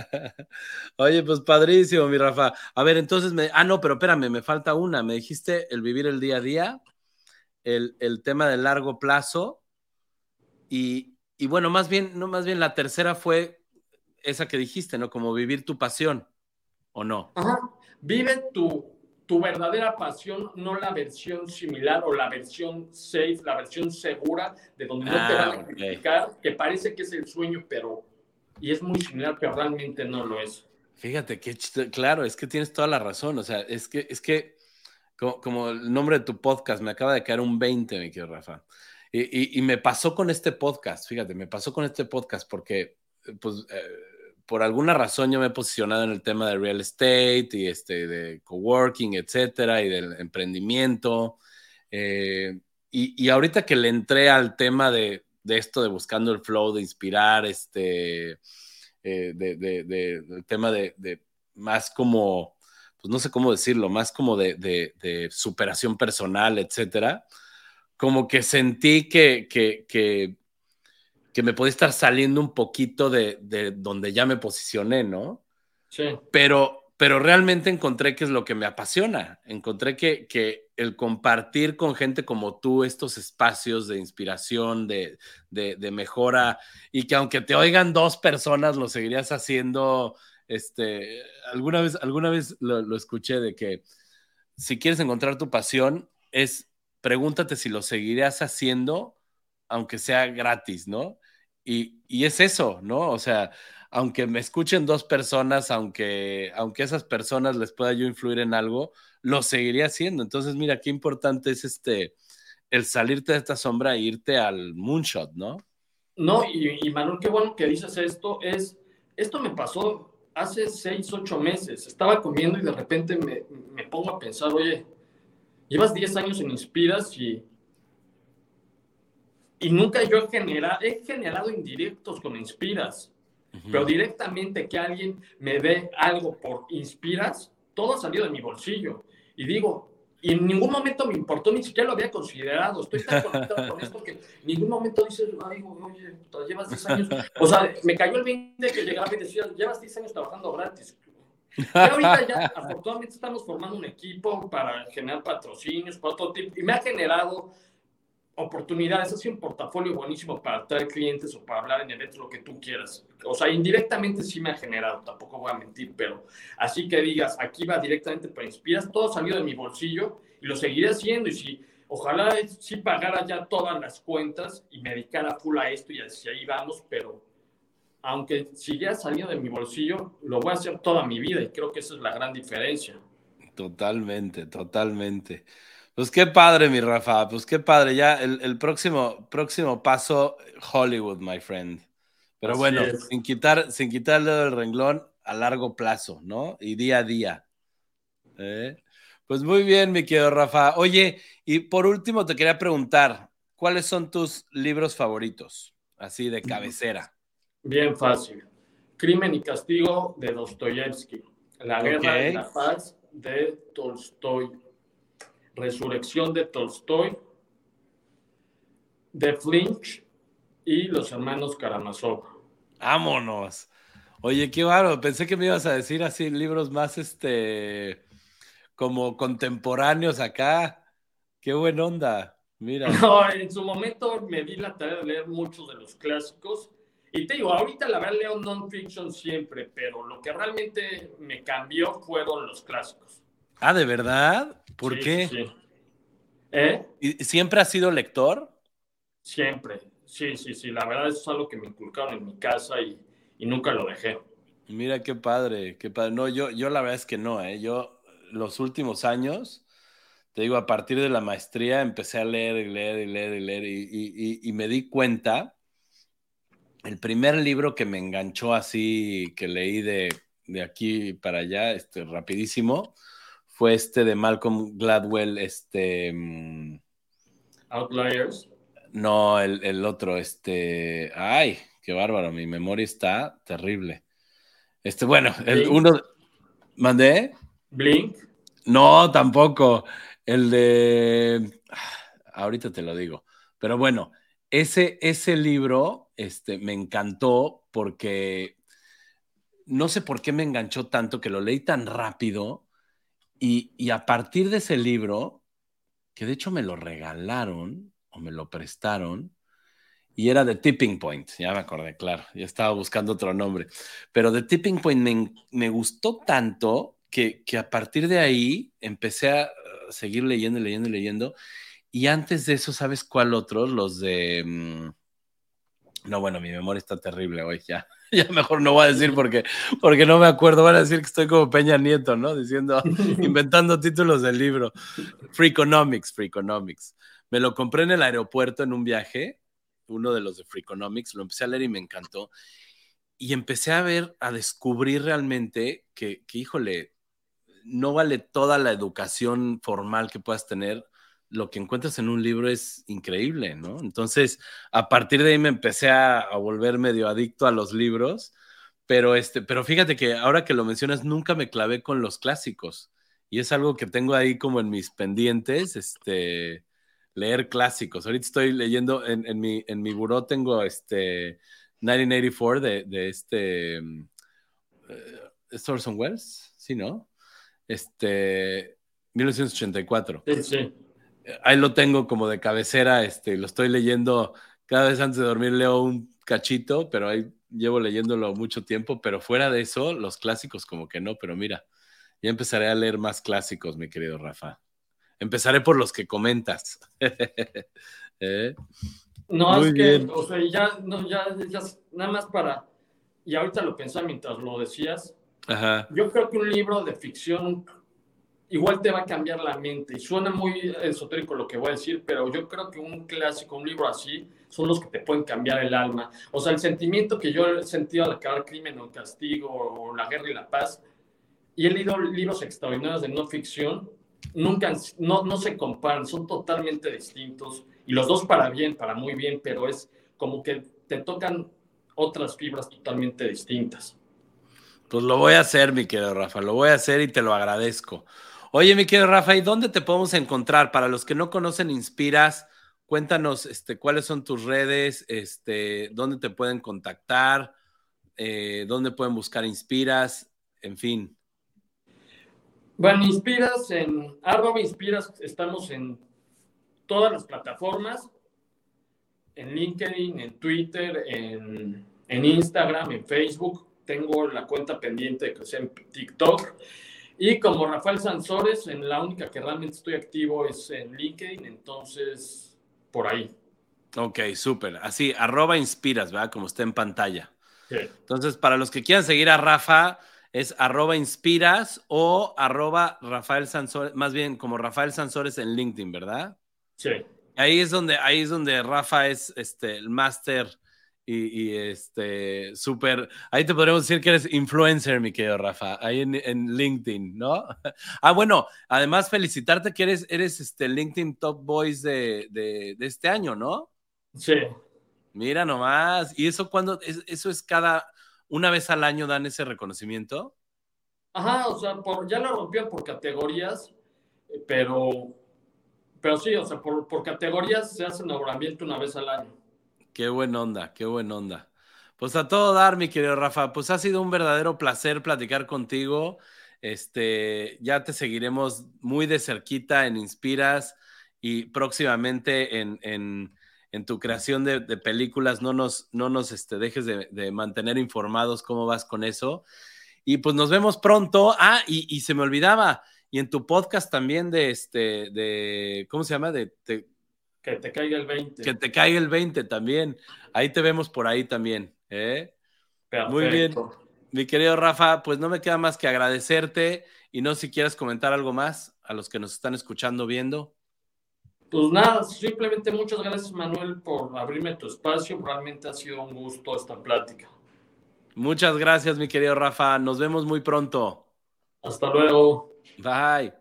Oye, pues padrísimo, mi Rafa. A ver, entonces me. Ah, no, pero espérame, me falta una. Me dijiste el vivir el día a día, el, el tema del largo plazo y, y bueno, más bien, no, más bien la tercera fue esa que dijiste, ¿no? Como vivir tu pasión, ¿o no? Ajá. Vive tu, tu verdadera pasión, no la versión similar o la versión safe, la versión segura, de donde no te van Ah, a ok. criticar, que parece que es el sueño, pero, y es muy similar, pero realmente no lo es. Fíjate que claro, es que tienes toda la razón. O sea, es que, es que como, como el nombre de tu podcast, me acaba de caer un veinte, mi querido Rafa. Y, y, y me pasó con este podcast, fíjate, me pasó con este podcast porque, pues, eh, por alguna razón yo me he posicionado en el tema de real estate y este, de coworking, etcétera, y del emprendimiento. Eh, y, y ahorita que le entré al tema de, de esto de buscando el flow, de inspirar, este, eh, de, de, de, del tema de, de más como, pues no sé cómo decirlo, más como de, de, de superación personal, etcétera, como que sentí que, que, que, que me podía estar saliendo un poquito de, de donde ya me posicioné, ¿no? Sí. Pero, pero realmente encontré que es lo que me apasiona. Encontré que, que el compartir con gente como tú estos espacios de inspiración, de, de, de mejora, y que aunque te oigan dos personas, lo seguirías haciendo. Este, alguna vez, alguna vez lo, lo escuché de que si quieres encontrar tu pasión, es pregúntate si lo seguirías haciendo, aunque sea gratis, ¿no? Y, y es eso, ¿no? O sea, aunque me escuchen dos personas, aunque, aunque esas personas les pueda yo influir en algo, lo seguiría haciendo. Entonces, mira, qué importante es este, el salirte de esta sombra e irte al moonshot, ¿no? No, y, y Manuel, qué bueno que dices esto. Es, esto me pasó hace seis, ocho meses. Estaba comiendo y de repente me, me pongo a pensar, oye, llevas diez años en Inspiras y, y nunca yo he generado, he generado indirectos con Inspiras, Uh-huh. pero directamente que alguien me dé algo por Inspiras, todo ha salido de mi bolsillo. Y digo, y en ningún momento me importó, ni siquiera lo había considerado. Estoy tan conectado con esto que en ningún momento dices, ay, oye, llevas diez años. O sea, me cayó el veinte que llegaba y decía, llevas diez años trabajando gratis. Y ahorita ya, afortunadamente, estamos formando un equipo para generar patrocinios, para todo tipo. Y me ha generado, oportunidades, así un portafolio buenísimo para traer clientes o para hablar en eventos, lo que tú quieras. O sea, indirectamente sí me ha generado, tampoco voy a mentir, pero así que digas, aquí va directamente para Inspiras, todo salió de mi bolsillo y lo seguiré haciendo. Y si, ojalá sí pagara ya todas las cuentas y me dedicara full a esto y hacia ahí vamos, pero aunque siguiera saliendo de mi bolsillo, lo voy a hacer toda mi vida y creo que esa es la gran diferencia. Totalmente, totalmente. Pues qué padre, mi Rafa. Pues qué padre. Ya el, el próximo, próximo paso, Hollywood, my friend. Pero Así bueno, es. sin quitar, sin quitar el dedo del renglón a largo plazo, ¿no? Y día a día. ¿Eh? Pues muy bien, mi querido Rafa. Oye, y por último te quería preguntar, ¿cuáles son tus libros favoritos? Así de cabecera. Bien fácil. Crimen y Castigo de Dostoyevsky. La Ok. Guerra y la Paz de Tolstoy. Resurrección de Tolstoy. The Flinch y Los Hermanos Karamazov. Vámonos. Oye, qué bárbaro. Pensé que me ibas a decir así libros más, este, como contemporáneos acá. Qué buena onda. Mira. No, en su momento me di la tarea de leer muchos de los clásicos. Y te digo, ahorita la verdad leo non-fiction siempre, pero lo que realmente me cambió fueron los clásicos. Ah, ¿de verdad? ¿Por Sí, sí, qué? sí. ¿Eh? ¿Y siempre has sido lector? Siempre. Sí, sí, sí. La verdad es algo que me inculcaron en mi casa y, y nunca lo dejé. Mira qué padre, qué padre. No, yo, yo la verdad es que no, ¿eh? Yo los últimos años, te digo, a partir de la maestría empecé a leer y leer y leer y leer y, y, y, y me di cuenta, el primer libro que me enganchó así, que leí de, de aquí para allá, este, rapidísimo, fue este de Malcolm Gladwell, este, mm, Outliers. no, el, el otro, este, ay, qué bárbaro, mi memoria está terrible. Este, bueno, el Blink. uno, ¿mandé? Blink. No, tampoco. El de, ah, ahorita te lo digo. Pero bueno, ese, ese libro, este, me encantó porque no sé por qué me enganchó tanto que lo leí tan rápido y, y a partir de ese libro, que de hecho me lo regalaron o me lo prestaron, y era The Tipping Point, ya me acordé, claro, ya estaba buscando otro nombre, pero The Tipping Point me, me gustó tanto que, que, a partir de ahí empecé a seguir leyendo y leyendo y leyendo, y antes de eso, ¿sabes cuál otro? Los de... Mmm, no, bueno, mi memoria está terrible hoy, ya, ya mejor no voy a decir porque, porque no me acuerdo, van a decir que estoy como Peña Nieto, ¿no? Diciendo, inventando títulos del libro. Freakonomics, Freakonomics. Me lo compré en el aeropuerto en un viaje, uno de los de Freakonomics, lo empecé a leer y me encantó. Y empecé a ver, a descubrir realmente que, que, híjole, no vale toda la educación formal que puedas tener. Lo que encuentras en un libro es increíble, ¿no? Entonces, a partir de ahí me empecé a, a volver medio adicto a los libros, pero, este, pero fíjate que ahora que lo mencionas, nunca me clavé con los clásicos. Y es algo que tengo ahí como en mis pendientes, este, leer clásicos. Ahorita estoy leyendo, en, en, mi, en mi buró tengo este mil novecientos ochenta y cuatro de, de este um, uh, Orson Welles, ¿sí, no? Este, mil novecientos ochenta y cuatro. Sí, sí. Ahí lo tengo como de cabecera, este, lo estoy leyendo cada vez antes de dormir, leo un cachito, pero ahí llevo leyéndolo mucho tiempo, pero fuera de eso, los clásicos como que no, pero mira, ya empezaré a leer más clásicos, mi querido Rafa. Empezaré por los que comentas. ¿Eh? No, Muy es que, bien. o sea, ya, no, ya, ya, nada más para, y ahorita lo pensaba mientras lo decías, Ajá. yo creo que un libro de ficción igual te va a cambiar la mente, y suena muy esotérico lo que voy a decir, pero yo creo que un clásico, un libro así, son los que te pueden cambiar el alma. O sea, el sentimiento que yo he sentido al acabar Crimen o Castigo, o La Guerra y la Paz, y he leído libros extraordinarios de no ficción, nunca, no, no se comparan, son totalmente distintos, y los dos para bien, para muy bien, pero es como que te tocan otras fibras totalmente distintas. Pues lo voy a hacer, mi querido Rafa, lo voy a hacer y te lo agradezco. Oye, mi querido Rafa, ¿y dónde te podemos encontrar? Para los que no conocen Inspiras, cuéntanos este, cuáles son tus redes, este, dónde te pueden contactar, eh, dónde pueden buscar Inspiras, en fin. Bueno, Inspiras en arroba Inspiras, estamos en todas las plataformas. en LinkedIn, en Twitter, en, en Instagram, en Facebook. Tengo la cuenta pendiente de crecer en TikTok. Y como Rafael Sansores, en la única que realmente estoy activo es en LinkedIn, entonces por ahí. Ok, súper. Así, arroba inspiras, ¿verdad? Como está en pantalla. Sí. Entonces, para los que quieran seguir a Rafa, es arroba inspiras o arroba Rafael Sansores, más bien como Rafael Sansores en LinkedIn, ¿verdad? Sí. Ahí es donde, ahí es donde Rafa es este, el máster y, y este súper. Ahí te podríamos decir que eres influencer, mi querido Rafa, ahí en, en LinkedIn, ¿no? Ah, bueno, además felicitarte que eres, eres este LinkedIn Top Boys de, de, de este año, ¿no? Sí. Mira nomás. ¿Y eso cuando eso es cada una vez al año dan ese reconocimiento? Ajá, o sea, por, ya lo rompían por categorías, eh, pero, pero sí, o sea, por, por categorías se hace nombramiento una vez al año. Qué buen onda, qué buen onda. Pues a todo dar, mi querido Rafa. Pues ha sido un verdadero placer platicar contigo. Este, ya te seguiremos muy de cerquita en Inspiras y próximamente en, en, en tu creación de, de películas. No nos, no nos este, dejes de, de mantener informados cómo vas con eso. Y pues nos vemos pronto. Ah, y, y se me olvidaba. Y en tu podcast también de este, de, ¿cómo se llama? De, de Que te caiga el que veinte. te caiga el veinte también. Ahí te vemos por ahí también. ¿Eh? Muy bien. Perfecto. Mi querido Rafa, pues no me queda más que agradecerte y no si quieres comentar algo más a los que nos están escuchando, viendo. Pues nada, simplemente muchas gracias, Manuel, por abrirme tu espacio. Realmente ha sido un gusto esta plática. Muchas gracias, mi querido Rafa. Nos vemos muy pronto. Hasta luego. Bye.